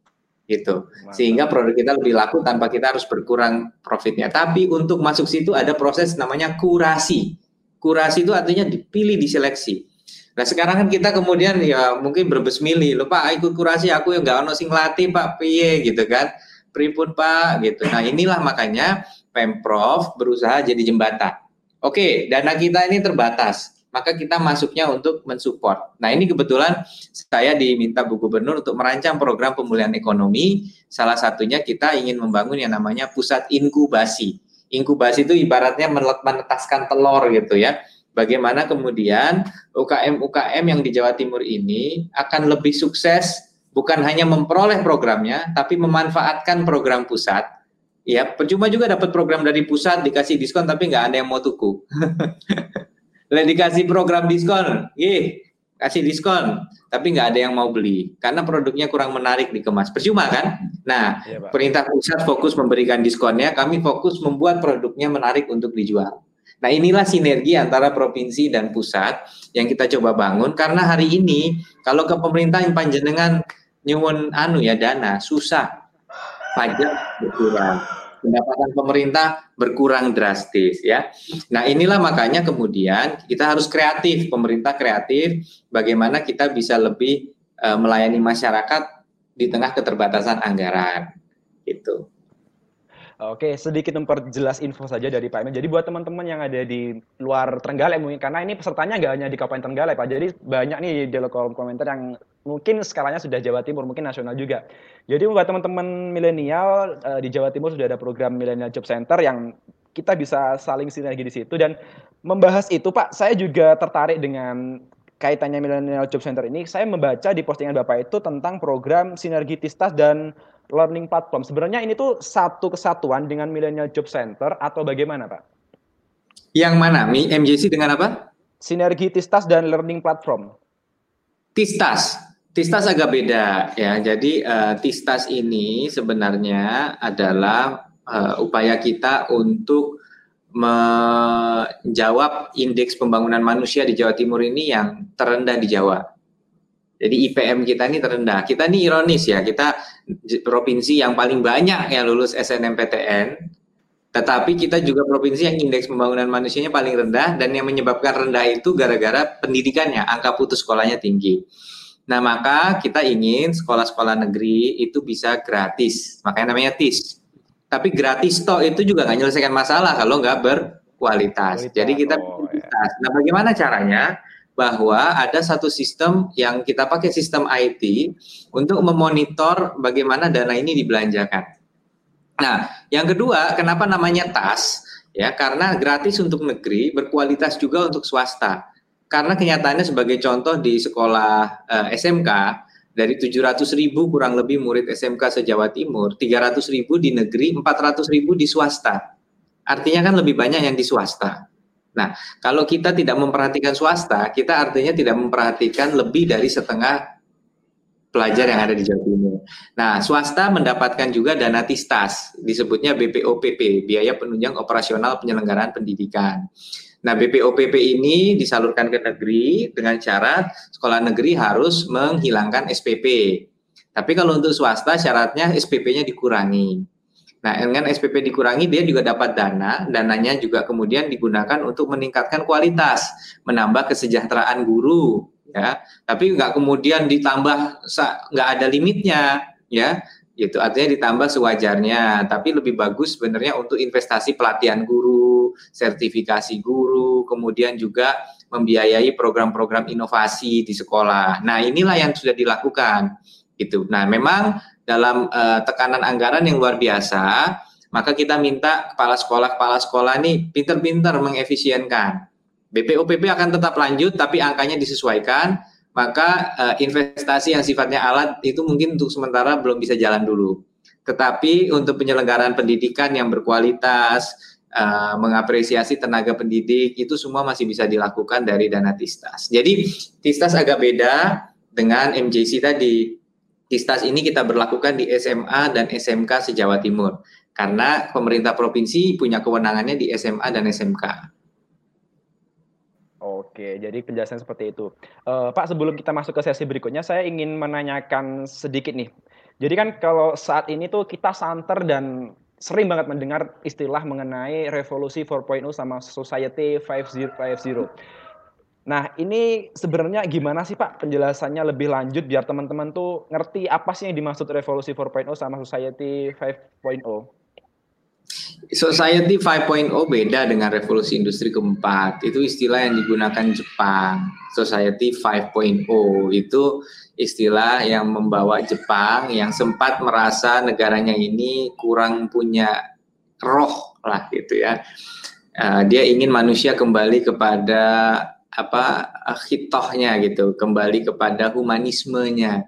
Gitu. Sehingga produk kita lebih laku tanpa kita harus berkurang profitnya. Tapi untuk masuk situ ada proses namanya kurasi. Kurasi itu artinya dipilih, diseleksi. Nah sekarang kan kita kemudian ya mungkin berbesmili, loh Pak ikut kurasi aku yang nggak ono sing latih Pak piye gitu kan, pripun Pak gitu. Nah inilah makanya Pemprov berusaha jadi jembatan. Oke, dana kita ini terbatas. Maka kita masuknya untuk mensupport. Nah ini kebetulan saya diminta Bu Gubernur untuk merancang program pemulihan ekonomi. Salah satunya kita ingin membangun yang namanya pusat inkubasi. Inkubasi itu ibaratnya menetaskan telur gitu ya. Bagaimana kemudian U K M-U K M yang di Jawa Timur ini akan lebih sukses bukan hanya memperoleh programnya, tapi memanfaatkan program pusat Ya, percuma juga dapat program dari pusat dikasih diskon tapi nggak ada yang mau tuku. Lah dikasih program diskon, ih, kasih diskon, tapi nggak ada yang mau beli karena produknya kurang menarik dikemas. Percuma kan? Nah, Iya, Pak. perintah pusat fokus memberikan diskonnya, kami fokus membuat produknya menarik untuk dijual. Nah, inilah sinergi antara provinsi dan pusat yang kita coba bangun karena hari ini kalau ke pemerintah yang panjenengan nyuwun anu ya dana susah, pajak berkurang, pendapatan pemerintah berkurang drastis ya. Nah, inilah makanya kemudian kita harus kreatif, pemerintah kreatif bagaimana kita bisa lebih uh, melayani masyarakat di tengah keterbatasan anggaran gitu. Oke, sedikit memperjelas info saja dari Pak Emil. Jadi buat teman-teman yang ada di luar Trenggalek mungkin, karena ini pesertanya nggak hanya di Kabupaten Trenggalek, Pak. Jadi banyak nih di kolom komentar yang mungkin skalanya sudah Jawa Timur, mungkin nasional juga. Jadi buat teman-teman milenial eh, di Jawa Timur sudah ada program Millennial Job Center yang kita bisa saling sinergi di situ. Dan membahas itu, Pak, saya juga tertarik dengan kaitannya Millennial Job Center ini. Saya membaca di postingan Bapak itu tentang program sinergitistas dan learning platform. Sebenarnya ini tuh satu kesatuan dengan Millennial Job Center atau bagaimana, Pak? Yang mana? M J C dengan apa? Sinergi Tistas dan learning platform. Tistas. Tistas agak beda ya. Jadi uh, Tistas ini sebenarnya adalah uh, upaya kita untuk menjawab indeks pembangunan manusia di Jawa Timur ini yang terendah di Jawa. Jadi I P M kita ini terendah. Kita ini ironis ya, kita provinsi yang paling banyak yang lulus S N M P T N, tetapi kita juga provinsi yang indeks pembangunan manusianya paling rendah, dan yang menyebabkan rendah itu gara-gara pendidikannya, angka putus sekolahnya tinggi. Nah, maka kita ingin sekolah-sekolah negeri itu bisa gratis, makanya namanya T I S. Tapi gratis toh itu juga nggak menyelesaikan masalah kalau nggak berkualitas. Kualitas. Jadi kita oh, ya. Nah, bagaimana caranya? Bahwa ada satu sistem yang kita pakai, sistem I T untuk memonitor bagaimana dana ini dibelanjakan. Nah, yang kedua, kenapa namanya T A S? Ya, karena gratis untuk negeri, berkualitas juga untuk swasta. Karena kenyataannya sebagai contoh di sekolah eh, S M K, dari tujuh ratus ribu kurang lebih murid S M K se-Jawa Timur, tiga ratus ribu di negeri, empat ratus ribu di swasta. Artinya kan lebih banyak yang di swasta. Nah, kalau kita tidak memperhatikan swasta, kita artinya tidak memperhatikan lebih dari setengah pelajar yang ada di Jawa Timur. Nah, swasta mendapatkan juga dana Tistas, disebutnya B P O P P, Biaya Penunjang Operasional Penyelenggaraan Pendidikan. Nah, B P O P P ini disalurkan ke negeri dengan syarat sekolah negeri harus menghilangkan S P P. Tapi kalau untuk swasta syaratnya S P P-nya dikurangi. Nah, dengan S P P dikurangi, dia juga dapat dana, dananya juga kemudian digunakan untuk meningkatkan kualitas, menambah kesejahteraan guru, ya. Tapi nggak kemudian ditambah, nggak ada limitnya, ya. Itu artinya ditambah sewajarnya, tapi lebih bagus sebenarnya untuk investasi pelatihan guru, sertifikasi guru, kemudian juga membiayai program-program inovasi di sekolah. Nah, inilah yang sudah dilakukan, gitu. Nah, memang dalam uh, tekanan anggaran yang luar biasa, maka kita minta kepala sekolah-kepala sekolah ini pintar-pintar mengefisienkan. B P O P P akan tetap lanjut, tapi angkanya disesuaikan, maka uh, investasi yang sifatnya alat itu mungkin untuk sementara belum bisa jalan dulu. Tetapi untuk penyelenggaraan pendidikan yang berkualitas, uh, mengapresiasi tenaga pendidik, itu semua masih bisa dilakukan dari dana Tistas. Jadi Tistas agak beda dengan M J C tadi. Tistas ini kita berlakukan di S M A dan S M K se-Jawa Timur. Karena pemerintah provinsi punya kewenangannya di S M A dan S M K. Oke, jadi penjelasan seperti itu. Uh, Pak, sebelum kita masuk ke sesi berikutnya, saya ingin menanyakan sedikit nih. Jadi kan kalau saat ini tuh kita santer dan sering banget mendengar istilah mengenai revolusi empat titik nol sama society lima nol. Nah, ini sebenarnya gimana sih Pak penjelasannya lebih lanjut biar teman-teman tuh ngerti apa sih yang dimaksud revolusi empat titik nol sama society lima titik nol? Society lima titik nol beda dengan revolusi industri keempat. Itu istilah yang digunakan Jepang. Society lima titik nol itu istilah yang membawa Jepang yang sempat merasa negaranya ini kurang punya roh lah gitu ya. Uh, dia ingin manusia kembali kepada apa hitohnya gitu, kembali kepada humanismenya.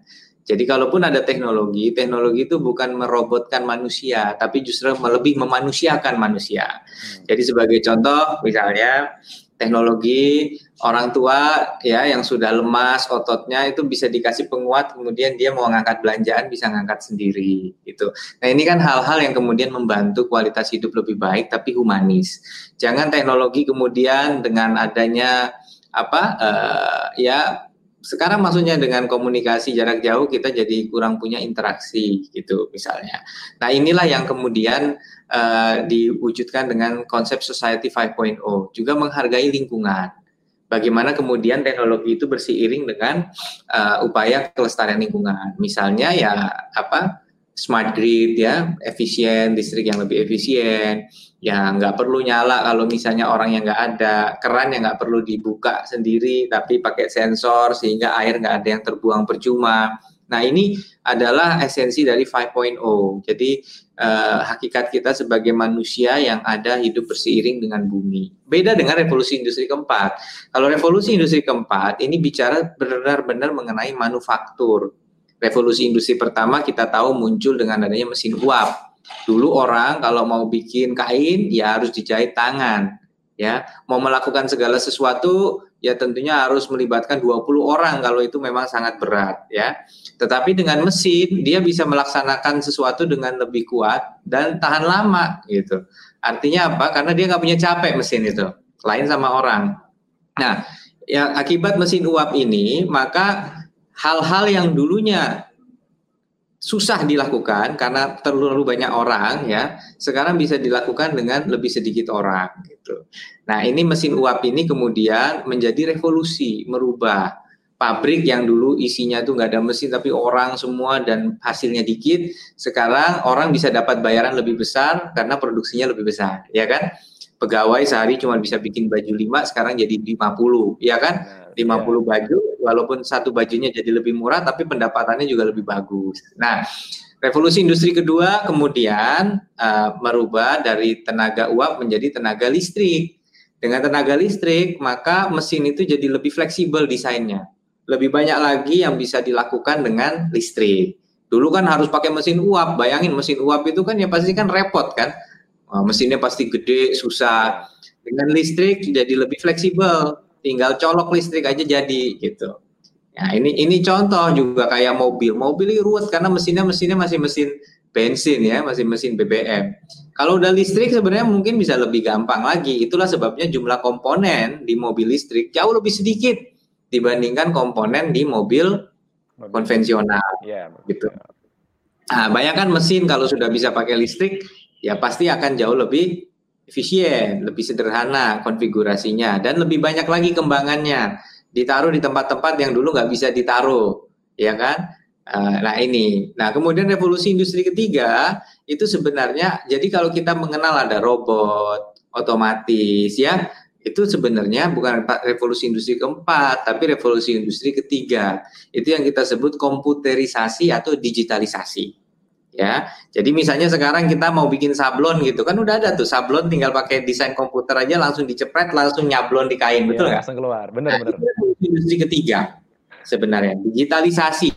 Jadi kalaupun ada teknologi, teknologi itu bukan merobotkan manusia, tapi justru lebih memanusiakan manusia. Hmm. Jadi sebagai contoh, misalnya teknologi orang tua ya yang sudah lemas ototnya itu bisa dikasih penguat, kemudian dia mau ngangkat belanjaan bisa ngangkat sendiri gitu. Nah ini kan hal-hal yang kemudian membantu kualitas hidup lebih baik tapi humanis. Jangan teknologi kemudian dengan adanya apa uh, ya sekarang maksudnya dengan komunikasi jarak jauh kita jadi kurang punya interaksi gitu misalnya. Nah inilah yang kemudian uh, diwujudkan dengan konsep Society lima titik nol, juga menghargai lingkungan. Bagaimana kemudian teknologi itu berseiring dengan uh, upaya kelestarian lingkungan. Misalnya ya apa smart grid ya, efisien, listrik yang lebih efisien, ya nggak perlu nyala kalau misalnya orang yang nggak ada, keran yang nggak perlu dibuka sendiri tapi pakai sensor sehingga air nggak ada yang terbuang percuma. Nah ini adalah esensi dari lima titik nol. Jadi eh, hakikat kita sebagai manusia yang ada hidup berseiring dengan bumi. Beda dengan revolusi industri keempat. Kalau revolusi industri keempat ini bicara benar-benar mengenai manufaktur. Revolusi industri pertama kita tahu muncul dengan adanya mesin uap. Dulu orang kalau mau bikin kain ya harus dijahit tangan. Ya, mau melakukan segala sesuatu ya tentunya harus melibatkan dua puluh orang kalau itu memang sangat berat ya. Tetapi dengan mesin dia bisa melaksanakan sesuatu dengan lebih kuat dan tahan lama gitu. Artinya apa? Karena dia nggak punya capek mesin itu. Lain sama orang. Nah, ya akibat mesin uap ini maka hal-hal yang dulunya susah dilakukan karena terlalu banyak orang ya, sekarang bisa dilakukan dengan lebih sedikit orang gitu. Nah, ini mesin uap ini kemudian menjadi revolusi, merubah pabrik yang dulu isinya tuh nggak ada mesin tapi orang semua dan hasilnya dikit, sekarang orang bisa dapat bayaran lebih besar karena produksinya lebih besar, ya kan? Pegawai sehari cuma bisa bikin baju lima, sekarang jadi lima puluh, ya kan? lima puluh baju, walaupun satu bajunya jadi lebih murah, tapi pendapatannya juga lebih bagus. Nah, revolusi industri kedua kemudian uh, merubah dari tenaga uap menjadi tenaga listrik. Dengan tenaga listrik, maka mesin itu jadi lebih fleksibel desainnya. Lebih banyak lagi yang bisa dilakukan dengan listrik. Dulu kan harus pakai mesin uap, bayangin mesin uap itu kan ya pasti kan repot kan. Mesinnya pasti gede, susah. Dengan listrik jadi lebih fleksibel. Tinggal colok listrik aja jadi gitu. Nah, ini ini contoh juga kayak mobil. Mobil ini ruwet karena mesinnya mesinnya masih mesin bensin ya, masih mesin B B M. Kalau udah listrik sebenarnya mungkin bisa lebih gampang lagi. Itulah sebabnya jumlah komponen di mobil listrik jauh lebih sedikit dibandingkan komponen di mobil, mobil konvensional. Ya, gitu. Nah, bayangkan mesin kalau sudah bisa pakai listrik ya pasti akan jauh lebih efisien, lebih sederhana konfigurasinya, dan lebih banyak lagi kembangannya. Ditaruh di tempat-tempat yang dulu nggak bisa ditaruh, ya kan? Nah ini, nah kemudian revolusi industri ketiga itu sebenarnya, jadi kalau kita mengenal ada robot, otomatis, ya itu sebenarnya bukan revolusi industri keempat, tapi revolusi industri ketiga. Itu yang kita sebut komputerisasi atau digitalisasi. Ya, jadi misalnya sekarang kita mau bikin sablon gitu kan udah ada tuh sablon, tinggal pakai desain komputer aja langsung dicepret langsung nyablon di kain, betul nggak? Ya, langsung keluar, benar-benar. Nah, industri ketiga sebenarnya digitalisasi,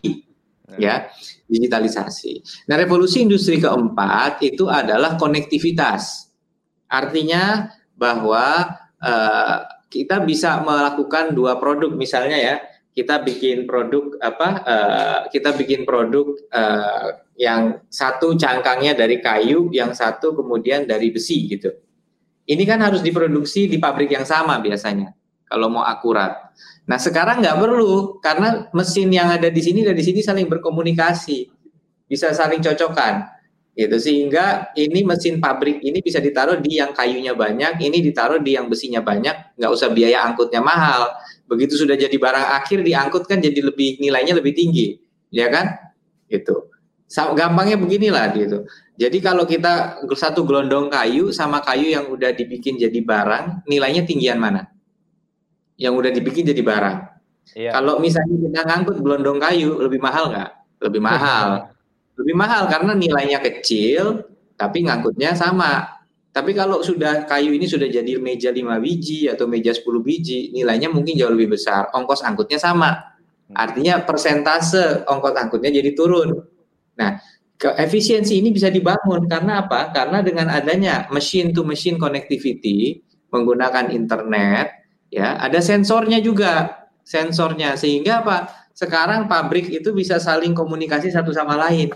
ya. ya digitalisasi. Nah revolusi industri keempat itu adalah konektivitas, artinya bahwa uh, kita bisa melakukan dua produk misalnya ya. Kita bikin produk apa? Uh, kita bikin produk uh, yang satu cangkangnya dari kayu, yang satu kemudian dari besi gitu. Ini kan harus diproduksi di pabrik yang sama biasanya kalau mau akurat. Nah sekarang nggak perlu karena mesin yang ada di sini dan di sini saling berkomunikasi, bisa saling cocokkan. Gitu sehingga ini mesin pabrik ini bisa ditaruh di yang kayunya banyak, ini ditaruh di yang besinya banyak, nggak usah biaya angkutnya mahal. Begitu sudah jadi barang akhir diangkut kan jadi lebih nilainya lebih tinggi, ya kan? Gitu. Gampangnya beginilah gitu. Jadi kalau kita satu gelondong kayu sama kayu yang udah dibikin jadi barang, nilainya tinggian mana? Yang udah dibikin jadi barang. Iya. Kalau misalnya kita ngangkut gelondong kayu, lebih mahal nggak? Lebih mahal. Lebih mahal karena nilainya kecil, tapi ngangkutnya sama. Tapi kalau sudah kayu ini sudah jadi meja lima biji atau meja sepuluh biji, nilainya mungkin jauh lebih besar, ongkos angkutnya sama. Artinya persentase ongkos angkutnya jadi turun. Nah, efisiensi ini bisa dibangun karena apa? Karena dengan adanya machine to machine connectivity menggunakan internet, ya, ada sensornya juga, sensornya sehingga apa? Sekarang pabrik itu bisa saling komunikasi satu sama lain.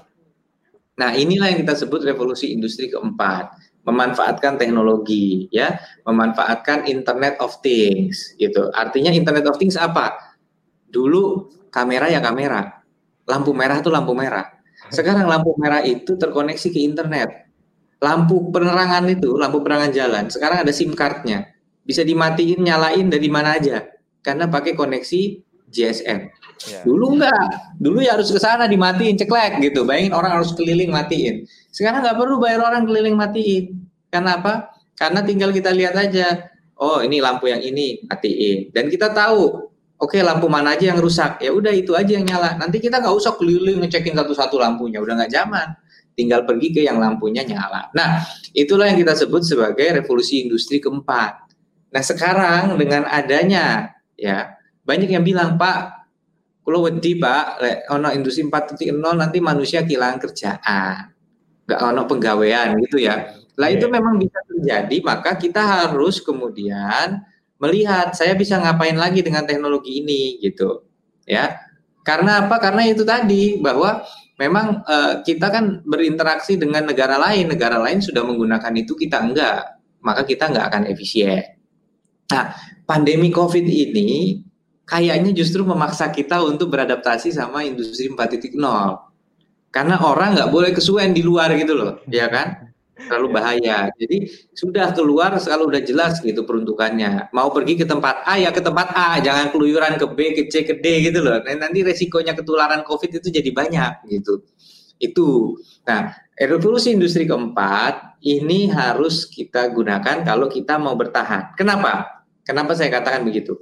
Nah, inilah yang kita sebut revolusi industri keempat, memanfaatkan teknologi, ya, memanfaatkan Internet of Things, gitu. Artinya Internet of Things apa? Dulu kamera ya kamera, lampu merah itu lampu merah. Sekarang lampu merah itu terkoneksi ke internet. Lampu penerangan itu, lampu penerangan jalan, sekarang ada SIM card-nya. Bisa dimatiin, nyalain dari mana aja. Karena pakai koneksi G S M. Yeah. Dulu enggak, dulu ya harus ke sana dimatiin, ceklek gitu. Bayangin orang harus keliling matiin. Sekarang nggak perlu bayar orang keliling matiin. Karena apa? Karena tinggal kita lihat aja. Oh, ini lampu yang ini matiin. Dan kita tahu, oke, lampu mana aja yang rusak, ya udah itu aja yang nyala. Nanti kita nggak usah keliling ngecekin satu-satu lampunya, udah nggak zaman. Tinggal pergi ke yang lampunya nyala. Nah, itulah yang kita sebut sebagai revolusi industri keempat. Nah, sekarang dengan adanya, ya banyak yang bilang, Pak, kalau wedi Pak, ono industri empat titik nol nanti manusia kehilangan kerjaan, nggak ono penggawean gitu ya. Lah itu memang bisa terjadi, maka kita harus kemudian melihat saya bisa ngapain lagi dengan teknologi ini gitu ya. Karena apa? Karena itu tadi bahwa memang uh, kita kan berinteraksi dengan negara lain, negara lain sudah menggunakan itu, kita enggak, maka kita enggak akan efisien. Nah, pandemi COVID ini kayaknya justru memaksa kita untuk beradaptasi sama industri empat titik nol. Karena orang nggak boleh kesuwen di luar gitu loh, ya kan? Terlalu bahaya. Jadi sudah keluar kalau udah jelas gitu peruntukannya. Mau pergi ke tempat A ya ke tempat A, jangan keluyuran ke B, ke C, ke D gitu loh. Nanti resikonya ketularan COVID itu jadi banyak gitu. Itu. Nah, revolusi industri keempat ini harus kita gunakan kalau kita mau bertahan. Kenapa? Kenapa saya katakan begitu?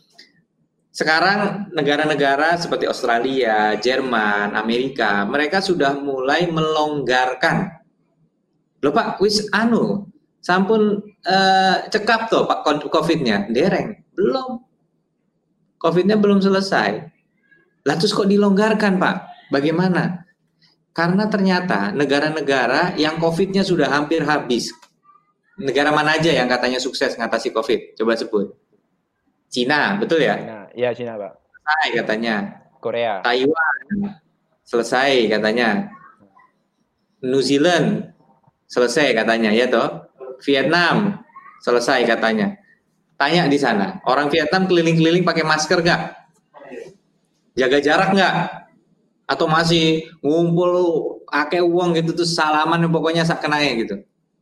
Sekarang negara-negara seperti Australia, Jerman, Amerika, mereka sudah mulai melonggarkan. Loh Pak, wis anu, sampun uh, cekap tuh Pak COVID-nya, dereng, belum. COVID-nya belum selesai. Lah terus kok dilonggarkan Pak? Bagaimana? Karena ternyata negara-negara yang COVID-nya sudah hampir habis. Negara mana aja yang katanya sukses ngatasi COVID? Coba sebut. Cina, betul ya? Cina, iya Cina Pak. Selesai katanya. Korea. Taiwan, selesai katanya. New Zealand, selesai katanya, ya toh. Vietnam, selesai katanya. Tanya di sana, orang Vietnam keliling-keliling pakai masker nggak? Jaga jarak nggak? Atau masih ngumpul akeh uang gitu terus salaman pokoknya sak kenanya gitu?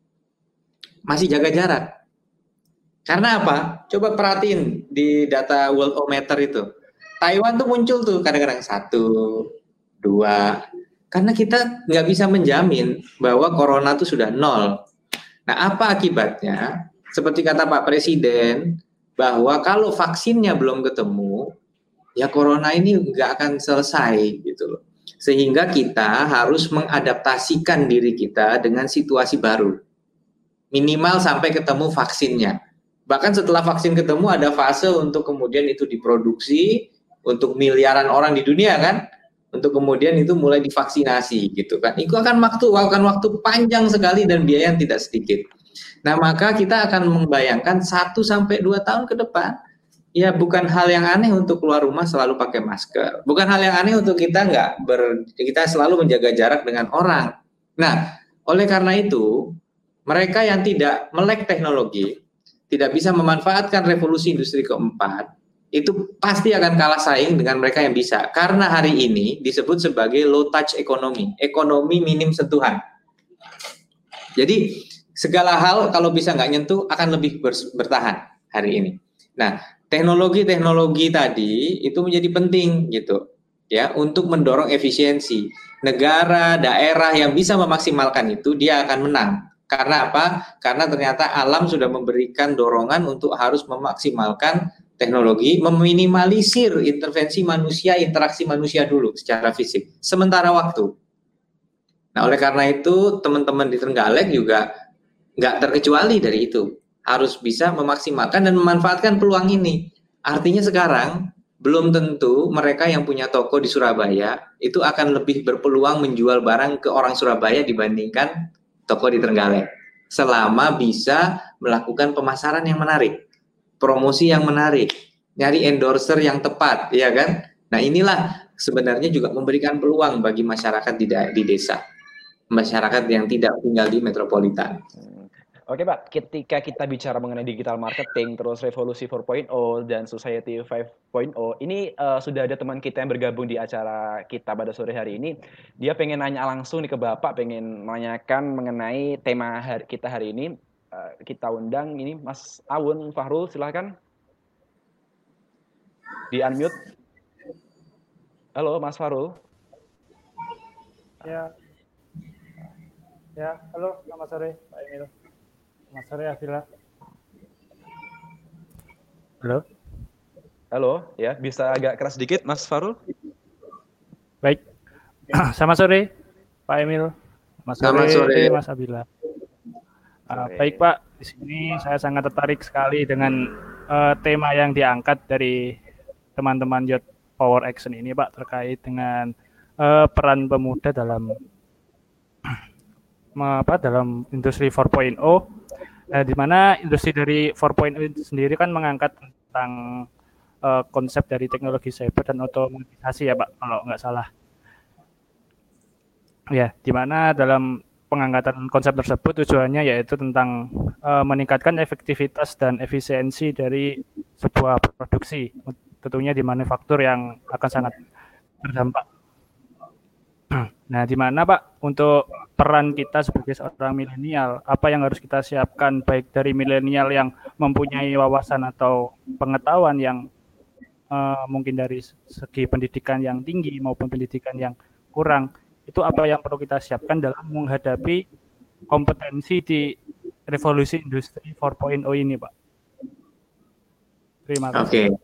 Masih jaga jarak. Karena apa? Coba perhatiin di data Worldometer itu. Taiwan tuh muncul tuh kadang-kadang satu, dua. Karena kita nggak bisa menjamin bahwa corona itu sudah nol. Nah, apa akibatnya? Seperti kata Pak Presiden, bahwa kalau vaksinnya belum ketemu, ya corona ini nggak akan selesai gitu loh. Sehingga kita harus mengadaptasikan diri kita dengan situasi baru. Minimal sampai ketemu vaksinnya. Bahkan setelah vaksin ketemu ada fase untuk kemudian itu diproduksi untuk miliaran orang di dunia kan, untuk kemudian itu mulai divaksinasi gitu kan. Itu akan waktu akan waktu panjang sekali dan biaya yang tidak sedikit. Nah, maka kita akan membayangkan satu sampai dua tahun ke depan ya bukan hal yang aneh untuk keluar rumah selalu pakai masker. Bukan hal yang aneh untuk kita nggak ber kita selalu menjaga jarak dengan orang. Nah, oleh karena itu mereka yang tidak melek teknologi, tidak bisa memanfaatkan revolusi industri keempat, itu pasti akan kalah saing dengan mereka yang bisa. Karena hari ini disebut sebagai low touch economy, ekonomi minim sentuhan. Jadi segala hal kalau bisa nggak nyentuh akan lebih bertahan hari ini. Nah, teknologi-teknologi tadi itu menjadi penting gitu ya untuk mendorong efisiensi. Negara, daerah yang bisa memaksimalkan itu dia akan menang. Karena apa? Karena ternyata alam sudah memberikan dorongan untuk harus memaksimalkan teknologi, meminimalisir intervensi manusia, interaksi manusia dulu secara fisik, sementara waktu. Nah, oleh karena itu teman-teman di Trenggalek juga nggak terkecuali dari itu. Harus bisa memaksimalkan dan memanfaatkan peluang ini. Artinya sekarang belum tentu mereka yang punya toko di Surabaya itu akan lebih berpeluang menjual barang ke orang Surabaya dibandingkan toko di Trenggalek. Selama bisa melakukan pemasaran yang menarik, promosi yang menarik, nyari endorser yang tepat, ya kan? Nah, inilah sebenarnya juga memberikan peluang bagi masyarakat di, di desa, masyarakat yang tidak tinggal di metropolitan. Oke Pak, ketika kita bicara mengenai digital marketing, terus revolusi empat titik nol dan society lima titik nol, ini uh, sudah ada teman kita yang bergabung di acara kita pada sore hari ini. Dia pengen nanya langsung nih ke Bapak, pengen menanyakan mengenai tema hari, kita hari ini. Uh, kita undang ini Mas Awun Fahrul, silahkan. Di unmute. Halo Mas Fahrul. Ya, ya, halo, selamat sore Pak Emil. Selamat sore Afila. Halo. Halo, ya bisa agak keras sedikit Mas Fahrul. Baik. Selamat sore Pak Emil. Mas sore, selamat sore Mas Abila. Uh, baik Pak, di sini saya sangat tertarik sekali dengan uh, tema yang diangkat dari teman-teman Youth Power Action ini Pak, terkait dengan uh, peran pemuda dalam apa dalam industri empat titik nol, eh, di mana industri dari empat titik nol itu sendiri kan mengangkat tentang uh, konsep dari teknologi cyber dan otomatisasi ya Pak, kalau nggak salah. Ya, di mana dalam pengangkatan konsep tersebut tujuannya yaitu tentang uh, meningkatkan efektivitas dan efisiensi dari sebuah produksi, tentunya di manufaktur yang akan sangat terdampak. Nah, di mana Pak untuk peran kita sebagai seorang milenial, apa yang harus kita siapkan baik dari milenial yang mempunyai wawasan atau pengetahuan yang uh, mungkin dari segi pendidikan yang tinggi maupun pendidikan yang kurang, itu apa yang perlu kita siapkan dalam menghadapi kompetensi di revolusi industri empat titik nol ini Pak. Terima kasih. Oke. Okay.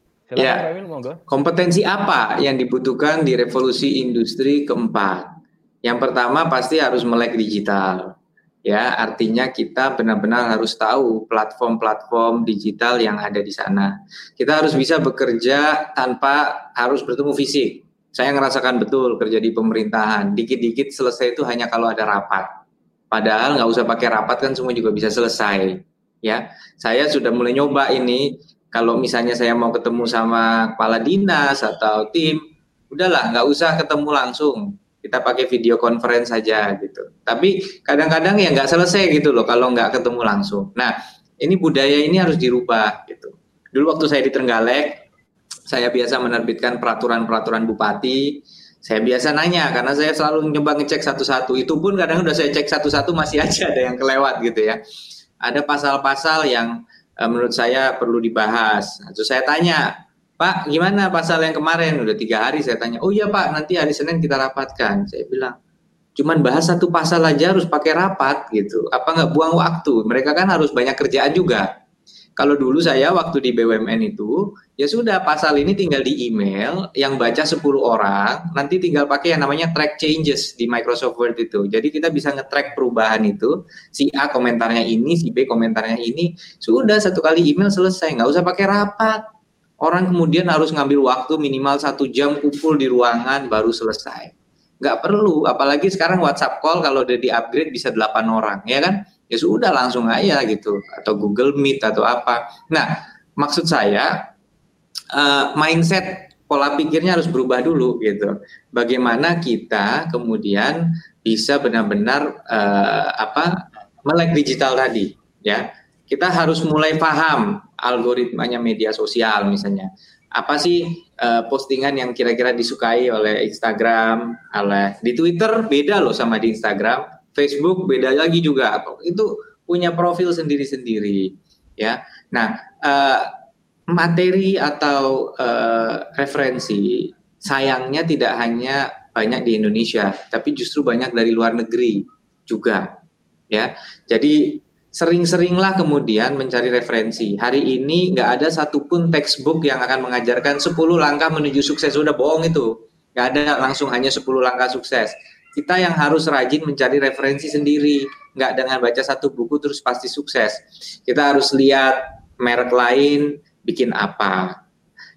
Ya, kompetensi apa yang dibutuhkan di revolusi industri keempat? Yang pertama pasti harus melek digital. Ya, artinya kita benar-benar harus tahu platform-platform digital yang ada di sana. Kita harus bisa bekerja tanpa harus bertemu fisik. Saya ngerasakan betul kerja di pemerintahan. Dikit-dikit selesai itu hanya kalau ada rapat. Padahal nggak usah pakai rapat kan semua juga bisa selesai. Ya, saya sudah mulai nyoba ini. Kalau misalnya saya mau ketemu sama kepala dinas atau tim, udahlah nggak usah ketemu langsung, kita pakai video conference saja gitu. Tapi kadang-kadang ya nggak selesai gitu loh kalau nggak ketemu langsung. Nah, ini budaya ini harus dirubah gitu. Dulu waktu saya di Trenggalek, saya biasa menerbitkan peraturan-peraturan bupati. Saya biasa nanya karena saya selalu nyoba ngecek satu-satu. Itu pun kadang udah saya cek satu-satu masih aja ada yang kelewat gitu ya. Ada pasal-pasal yang menurut saya perlu dibahas. Terus saya tanya, Pak, gimana pasal yang kemarin? Udah tiga hari saya tanya. Oh iya Pak, nanti hari Senin kita rapatkan. Saya bilang, cuman bahas satu pasal aja harus pakai rapat gitu. Apa nggak buang waktu? Mereka kan harus banyak kerjaan juga. Kalau dulu saya waktu di B U M N itu, ya sudah pasal ini tinggal di email, yang baca sepuluh orang, nanti tinggal pakai yang namanya track changes di Microsoft Word itu. Jadi kita bisa nge-track perubahan itu, si A komentarnya ini, si B komentarnya ini, sudah satu kali email selesai, nggak usah pakai rapat. Orang kemudian harus ngambil waktu minimal satu jam kumpul di ruangan baru selesai. Nggak perlu, apalagi sekarang WhatsApp call kalau udah di-upgrade bisa delapan orang, ya kan? Ya sudah langsung aja gitu, atau Google Meet atau apa. Nah, maksud saya uh, mindset pola pikirnya harus berubah dulu gitu. Bagaimana kita kemudian bisa benar-benar uh, apa melek digital tadi, ya. Kita harus mulai paham algoritmanya media sosial misalnya. Apa sih uh, postingan yang kira-kira disukai oleh Instagram, oleh di Twitter beda loh sama di Instagram. Facebook beda lagi juga, itu punya profil sendiri-sendiri, ya. Nah, uh, materi atau uh, referensi sayangnya tidak hanya banyak di Indonesia, tapi justru banyak dari luar negeri juga, ya. Jadi sering-seringlah kemudian mencari referensi. Hari ini nggak ada satupun textbook yang akan mengajarkan sepuluh langkah menuju sukses. Udah bohong itu, nggak ada langsung hanya sepuluh langkah sukses. Kita yang harus rajin mencari referensi sendiri, nggak dengan baca satu buku terus pasti sukses. Kita harus lihat merek lain bikin apa,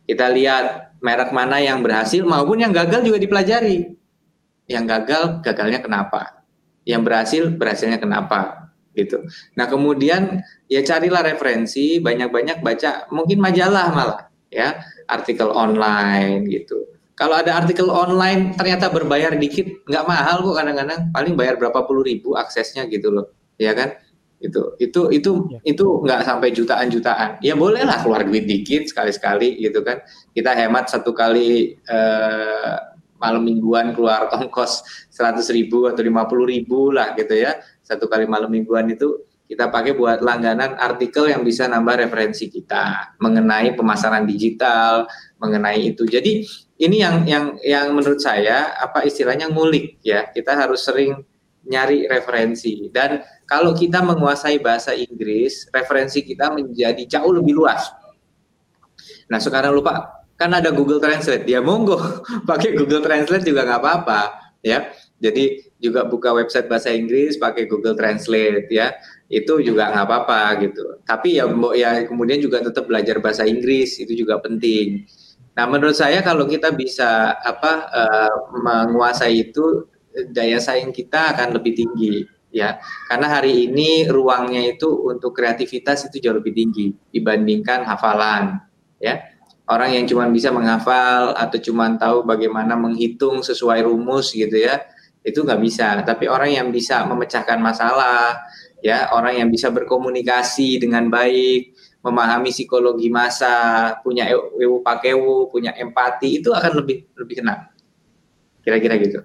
Kita lihat merek mana yang berhasil maupun yang gagal juga dipelajari. Yang gagal, gagalnya kenapa? Yang berhasil, berhasilnya kenapa? Gitu. Nah kemudian ya carilah referensi, banyak-banyak baca, mungkin majalah malah, ya, artikel online gitu. Kalau ada artikel online ternyata berbayar dikit, nggak mahal kok kadang-kadang, paling bayar berapa puluh ribu aksesnya gitu loh, ya kan? Itu itu itu ya. Itu nggak sampai jutaan-jutaan. Ya bolehlah keluar duit dikit sekali-sekali gitu kan. Kita hemat satu kali eh, malam mingguan keluar ongkos seratus ribu atau lima puluh ribu lah gitu ya. Satu kali malam mingguan itu kita pakai buat langganan artikel yang bisa nambah referensi kita mengenai pemasaran digital, mengenai itu. Jadi ini yang yang yang menurut saya apa istilahnya ngulik ya. Kita harus sering nyari referensi, dan kalau kita menguasai bahasa Inggris, referensi kita menjadi jauh lebih luas. Nah sekarang lupa, kan ada Google Translate, ya monggo pakai Google Translate juga nggak apa-apa ya. Jadi juga buka website bahasa Inggris pakai Google Translate ya, itu juga nggak apa-apa gitu. Tapi ya ya kemudian juga tetap belajar bahasa Inggris, itu juga penting. Nah menurut saya kalau kita bisa apa uh, menguasai itu, daya saing kita akan lebih tinggi ya, karena hari ini ruangnya itu untuk kreativitas itu jauh lebih tinggi dibandingkan hafalan ya. Orang yang cuma bisa menghafal atau cuma tahu bagaimana menghitung sesuai rumus gitu ya, itu nggak bisa. Tapi orang yang bisa memecahkan masalah ya, orang yang bisa berkomunikasi dengan baik, memahami psikologi massa, punya ewu pakewu, punya empati, itu akan lebih lebih kena, kira-kira gitu.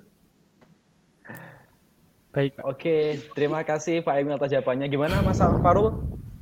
Baik, oke, terima kasih Pak Emil atas jawabannya. Gimana Mas Farul?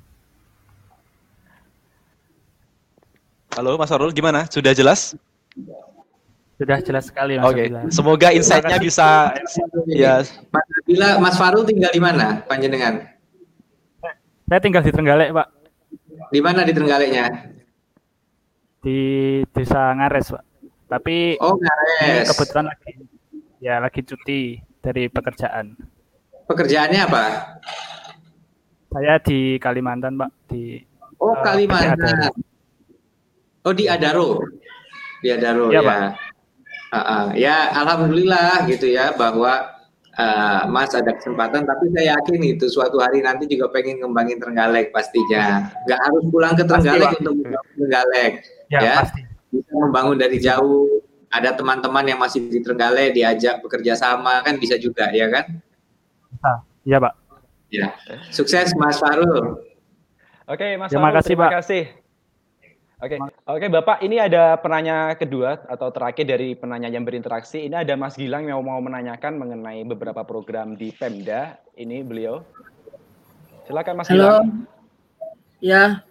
Halo Mas Farul, gimana? Sudah jelas? Sudah jelas sekali Mas. Oke, okay. Semoga insight-nya bisa ya. Mas Nabila, Mas Farul tinggal di mana panjenengan? Saya tinggal di Trenggalek, Pak. Di mana di Trenggaleknya? Di Desa Ngares, Pak. Tapi oh, Ngares. Kebetulan lagi ya lagi cuti dari pekerjaan. Pekerjaannya apa? Saya di Kalimantan, Pak. Di Oh, uh, Kalimantan. Oh, di Adaro. Di Adaro ya. Ya, uh, uh, ya alhamdulillah gitu ya bahwa uh, Mas ada kesempatan, tapi saya yakin itu suatu hari nanti juga pengen ngembangin Trenggalek pastinya. Nggak harus pulang ke Trenggalek pasti, untuk membangun Trenggalek. Ya, ya. Pasti. Bisa membangun dari jauh. Ada teman-teman yang masih di Trenggalek diajak bekerja sama kan bisa juga ya kan? Iya Pak. Ya, sukses Mas Farul. Oke Mas terima Farul, kasih, terima Pak. kasih. Oke, oke Bapak, ini ada penanya kedua atau terakhir dari penanya yang berinteraksi. Ini ada Mas Gilang yang mau menanyakan mengenai beberapa program di Pemda. Ini beliau. Silakan Mas Halo. Gilang. Ya.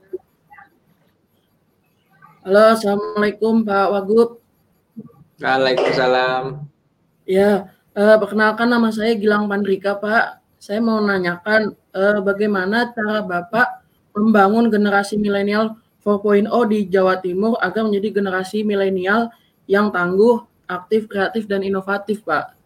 Halo, assalamualaikum Pak Wagub. Waalaikumsalam. Ya, eh, perkenalkan nama saya Gilang Pandrika, Pak. Saya mau menanyakan eh, bagaimana cara Bapak membangun generasi milenial empat titik nol di Jawa Timur agar menjadi generasi milenial yang tangguh, aktif, kreatif, dan inovatif, Pak.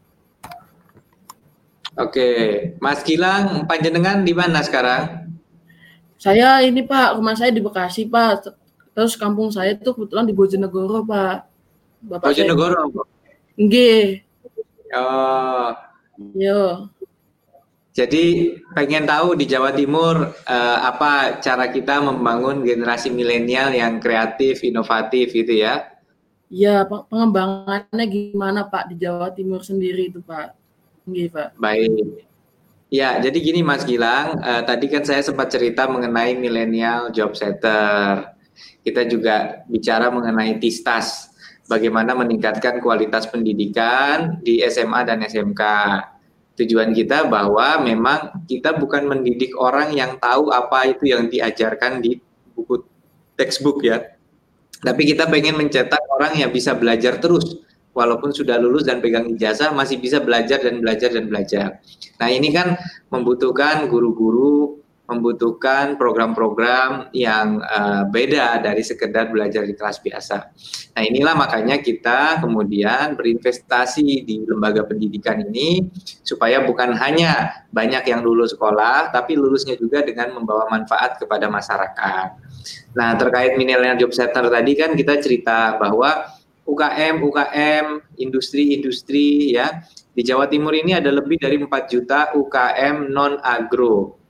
Oke, Mas Gilang, panjenengan di mana sekarang? Saya ini Pak, rumah saya di Bekasi, Pak. Terus kampung saya itu kebetulan di Bojonegoro, Pak. Bapak Bojonegoro. Nggih. Oh. Yo. Jadi pengen tahu di Jawa Timur eh, apa cara kita membangun generasi milenial yang kreatif, inovatif gitu ya? Iya, pengembangannya gimana Pak di Jawa Timur sendiri itu Pak? Nggih, Pak. Baik. Ya, jadi gini Mas Gilang, eh, tadi kan saya sempat cerita mengenai milenial job setter. Kita juga bicara mengenai Tistas. Bagaimana meningkatkan kualitas pendidikan di S M A dan S M K. Tujuan kita bahwa memang kita bukan mendidik orang yang tahu apa itu yang diajarkan di buku textbook ya. Tapi kita pengen mencetak orang yang bisa belajar terus. Walaupun sudah lulus dan pegang ijazah, masih bisa belajar dan belajar dan belajar. Nah ini kan membutuhkan guru-guru membutuhkan program-program yang uh, beda dari sekedar belajar di kelas biasa. Nah, inilah makanya kita kemudian berinvestasi di lembaga pendidikan ini supaya bukan hanya banyak yang lulus sekolah, tapi lulusnya juga dengan membawa manfaat kepada masyarakat. Nah, terkait Millennial Job Center tadi kan kita cerita bahwa U K M, U K M, industri-industri ya, di Jawa Timur ini ada lebih dari empat juta U K M non-agro.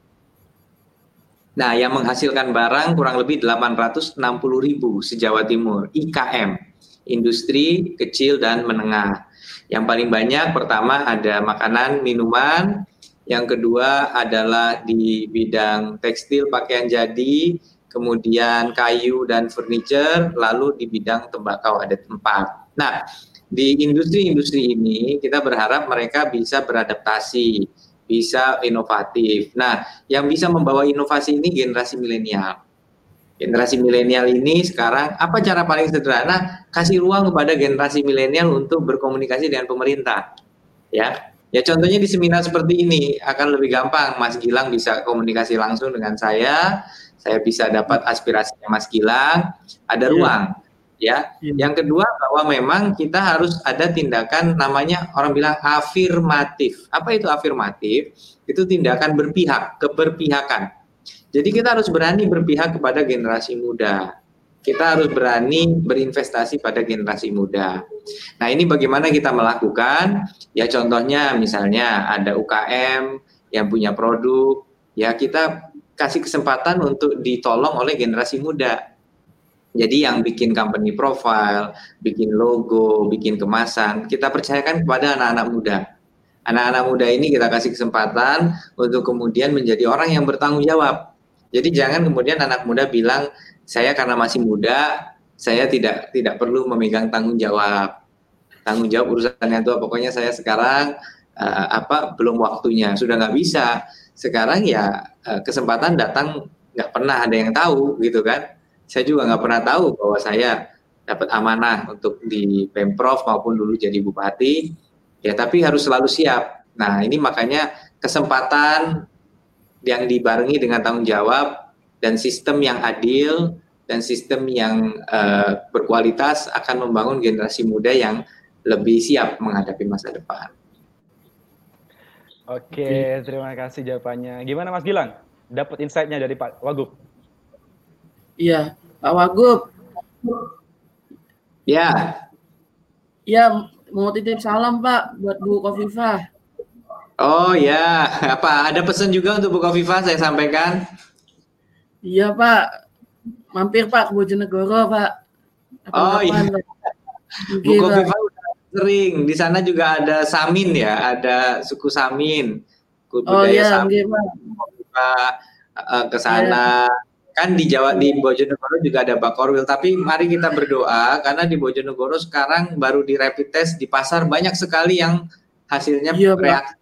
Nah, yang menghasilkan barang kurang lebih delapan ratus enam puluh ribu se-Jawa Timur, I K M, industri kecil dan menengah. Yang paling banyak pertama ada makanan, minuman, yang kedua adalah di bidang tekstil, pakaian jadi, kemudian kayu dan furniture, lalu di bidang tembakau ada empat. Nah, di industri-industri ini kita berharap mereka bisa beradaptasi, bisa inovatif. Nah, yang bisa membawa inovasi ini generasi milenial. Generasi milenial ini sekarang apa cara paling sederhana? Kasih ruang kepada generasi milenial untuk berkomunikasi dengan pemerintah. Ya. Ya contohnya di seminar seperti ini akan lebih gampang. Mas Gilang bisa komunikasi langsung dengan saya. Saya bisa dapat aspirasinya Mas Gilang. Ada ruang. Ya. Yang kedua bahwa memang kita harus ada tindakan namanya orang bilang afirmatif. Apa itu afirmatif? Itu tindakan berpihak, keberpihakan. Jadi kita harus berani berpihak kepada generasi muda. Kita harus berani berinvestasi pada generasi muda. Nah, ini bagaimana kita melakukan? Ya contohnya misalnya ada U K M yang punya produk, ya kita kasih kesempatan untuk ditolong oleh generasi muda. Jadi yang bikin company profile, bikin logo, bikin kemasan, kita percayakan kepada anak-anak muda. Anak-anak muda ini kita kasih kesempatan untuk kemudian menjadi orang yang bertanggung jawab. Jadi jangan kemudian anak muda bilang, saya karena masih muda, saya tidak tidak perlu memegang tanggung jawab. Tanggung jawab urusannya itu pokoknya saya sekarang uh, apa belum waktunya, sudah nggak bisa. Sekarang ya uh, kesempatan datang nggak pernah ada yang tahu gitu kan. Saya juga nggak pernah tahu bahwa saya dapat amanah untuk di Pemprov maupun dulu jadi bupati, ya tapi harus selalu siap. Nah ini makanya kesempatan yang dibarengi dengan tanggung jawab dan sistem yang adil dan sistem yang uh, berkualitas akan membangun generasi muda yang lebih siap menghadapi masa depan. Oke, terima kasih jawabannya. Gimana Mas Gilang? Dapat insight-nya dari Pak Wagub? Iya, Pak Wagub. Ya. Ya, mau titip salam Pak buat Bu Khofifah. Oh ya, apa ada pesan juga untuk Bu Khofifah saya sampaikan? Iya Pak, mampir Pak ke Bojonegoro Pak. Oh iya, Bu Khofifah udah sering. Di sana juga ada Samin ya, ada suku Samin. Oh iya, Samin. Khofifah uh, ke sana. Ya. Kan di Jawa di Bojonegoro juga ada Bakorwil, tapi mari kita berdoa karena di Bojonegoro sekarang baru di rapid test di pasar banyak sekali yang hasilnya iya, reaksi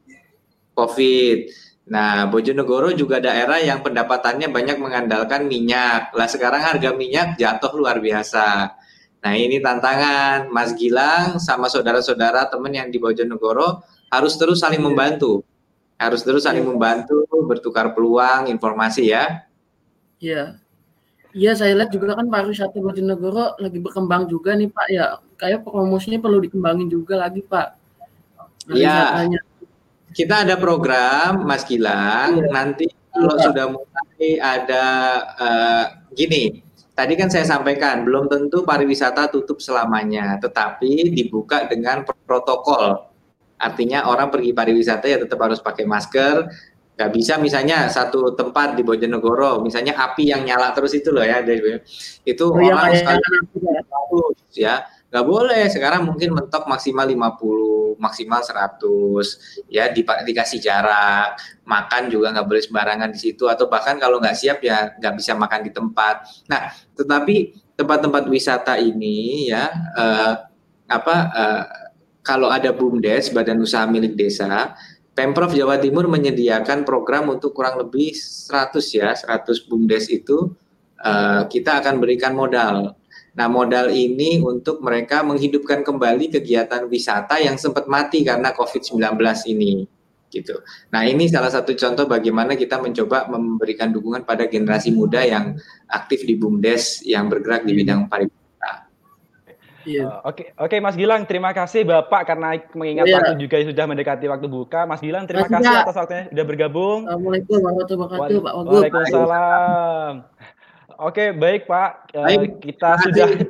COVID. Nah, Bojonegoro juga daerah yang pendapatannya banyak mengandalkan minyak. Lah sekarang harga minyak jatuh luar biasa. Nah, ini tantangan Mas Gilang sama saudara-saudara teman yang di Bojonegoro harus terus saling membantu. Harus terus saling membantu, bertukar peluang, informasi ya. Iya, iya saya lihat juga kan pariwisata Bojonegoro lagi berkembang juga nih Pak ya. Kayak promosinya perlu dikembangin juga lagi Pak. Iya. Kita ada program Mas Gilang. Iya. Nanti kalau iya. sudah mulai ada uh, gini. Tadi kan saya sampaikan belum tentu pariwisata tutup selamanya, tetapi dibuka dengan protokol. Artinya orang pergi pariwisata ya tetap harus pakai masker. Nggak bisa misalnya satu tempat di Bojonegoro, misalnya api yang nyala terus itu loh ya, itu oh, orang ya, sekali ya, ya nggak boleh. Sekarang mungkin mentok maksimal lima puluh, maksimal seratus, ya di, dikasih jarak, makan juga nggak boleh sembarangan di situ, atau bahkan kalau nggak siap ya nggak bisa makan di tempat. Nah, tetapi tempat-tempat wisata ini ya eh, apa eh, kalau ada BUMDes, Badan Usaha Milik Desa, Pemprov Jawa Timur menyediakan program untuk kurang lebih seratus ya, seratus BUMDes itu uh, kita akan berikan modal. Nah, modal ini untuk mereka menghidupkan kembali kegiatan wisata yang sempat mati karena covid sembilan belas ini. gitu. Nah, ini salah satu contoh bagaimana kita mencoba memberikan dukungan pada generasi muda yang aktif di BUMDes yang bergerak di bidang pariwisata. Iya. Uh, Oke, oke Mas Gilang, terima kasih Bapak karena mengingat Iya. waktu juga sudah mendekati waktu buka. Mas Gilang, terima Makasih, kasih Pak. atas waktunya sudah bergabung. Assalamualaikum warahmatullahi wabarakatuh, Pak Wagub. Waalaikumsalam. Oke, baik Pak. Uh, Baik, kita terima sudah kasih.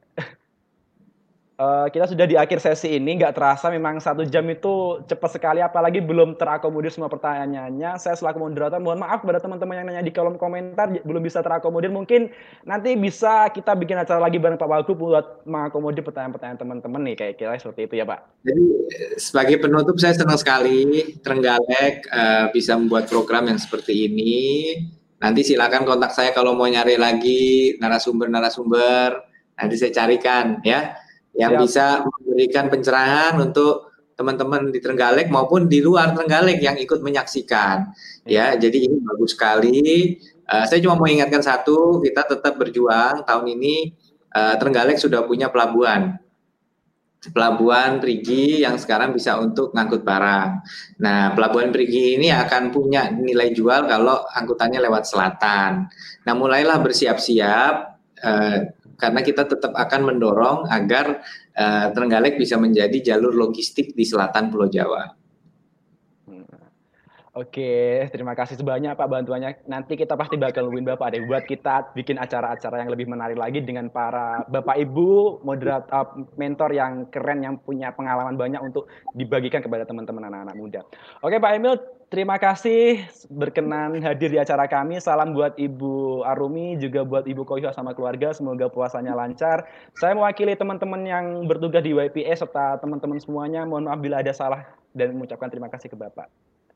Uh, kita sudah di akhir sesi ini, nggak terasa memang satu jam itu cepat sekali, apalagi belum terakomodir semua pertanyaannya. Saya selaku moderator, mohon maaf kepada teman-teman yang nanya di kolom komentar, belum bisa terakomodir. Mungkin nanti bisa kita bikin acara lagi bareng Pak Wagub buat mengakomodir pertanyaan-pertanyaan teman-teman nih, kayak kira seperti itu ya Pak. Jadi sebagai penutup saya senang sekali Trenggalek uh, bisa membuat program yang seperti ini. Nanti silakan kontak saya kalau mau nyari lagi narasumber-narasumber, nanti saya carikan ya. Yang Siap. bisa memberikan pencerahan untuk teman-teman di Trenggalek maupun di luar Trenggalek yang ikut menyaksikan. Ya, jadi ini bagus sekali. Uh, saya cuma mau ingatkan satu, kita tetap berjuang. Tahun ini uh, Trenggalek sudah punya pelabuhan. Pelabuhan Perigi yang sekarang bisa untuk ngangkut barang. Nah, Pelabuhan Perigi ini akan punya nilai jual kalau angkutannya lewat selatan. Nah, mulailah bersiap-siap uh, karena kita tetap akan mendorong agar uh, Trenggalek bisa menjadi jalur logistik di selatan Pulau Jawa. Oke, terima kasih sebanyak Pak bantuannya. Nanti kita pasti bakal nungguin Bapak deh buat kita bikin acara-acara yang lebih menarik lagi dengan para Bapak Ibu moderator mentor yang keren yang punya pengalaman banyak untuk dibagikan kepada teman-teman anak-anak muda. Oke Pak Emil, terima kasih berkenan hadir di acara kami. Salam buat Ibu Arumi, juga buat Ibu Koyha sama keluarga. Semoga puasanya lancar. Saya mewakili teman-teman yang bertugas di Y P S serta teman-teman semuanya. Mohon maaf bila ada salah dan mengucapkan terima kasih ke Bapak.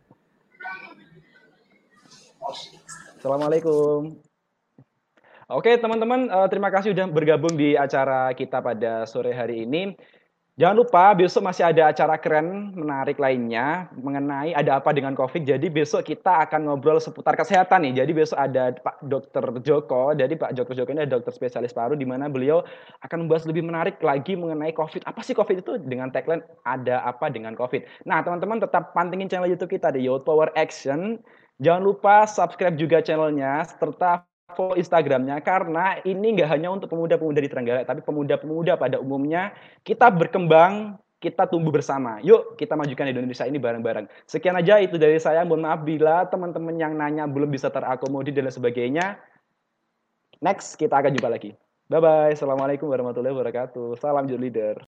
Assalamualaikum. Oke teman-teman, terima kasih sudah bergabung di acara kita pada sore hari ini. Jangan lupa besok masih ada acara keren menarik lainnya mengenai ada apa dengan COVID. Jadi besok kita akan ngobrol seputar kesehatan nih. Jadi besok ada Pak Dokter Joko. Jadi Pak Dokter Joko ini adalah dokter spesialis paru di mana beliau akan membahas lebih menarik lagi mengenai COVID. Apa sih COVID itu? Dengan tagline ada apa dengan COVID. Nah teman-teman tetap pantengin channel YouTube kita di Youth Power Action. Jangan lupa subscribe juga channelnya serta follow Instagramnya karena ini nggak hanya untuk pemuda-pemuda di Trenggalek, tapi pemuda-pemuda pada umumnya. Kita berkembang, kita tumbuh bersama. Yuk kita majukan Indonesia ini bareng-bareng. Sekian aja itu dari saya. Mohon maaf bila teman-teman yang nanya belum bisa terakomodir dan sebagainya. Next kita akan jumpa lagi. Bye bye. Assalamualaikum warahmatullahi wabarakatuh. Salam Youth Leader.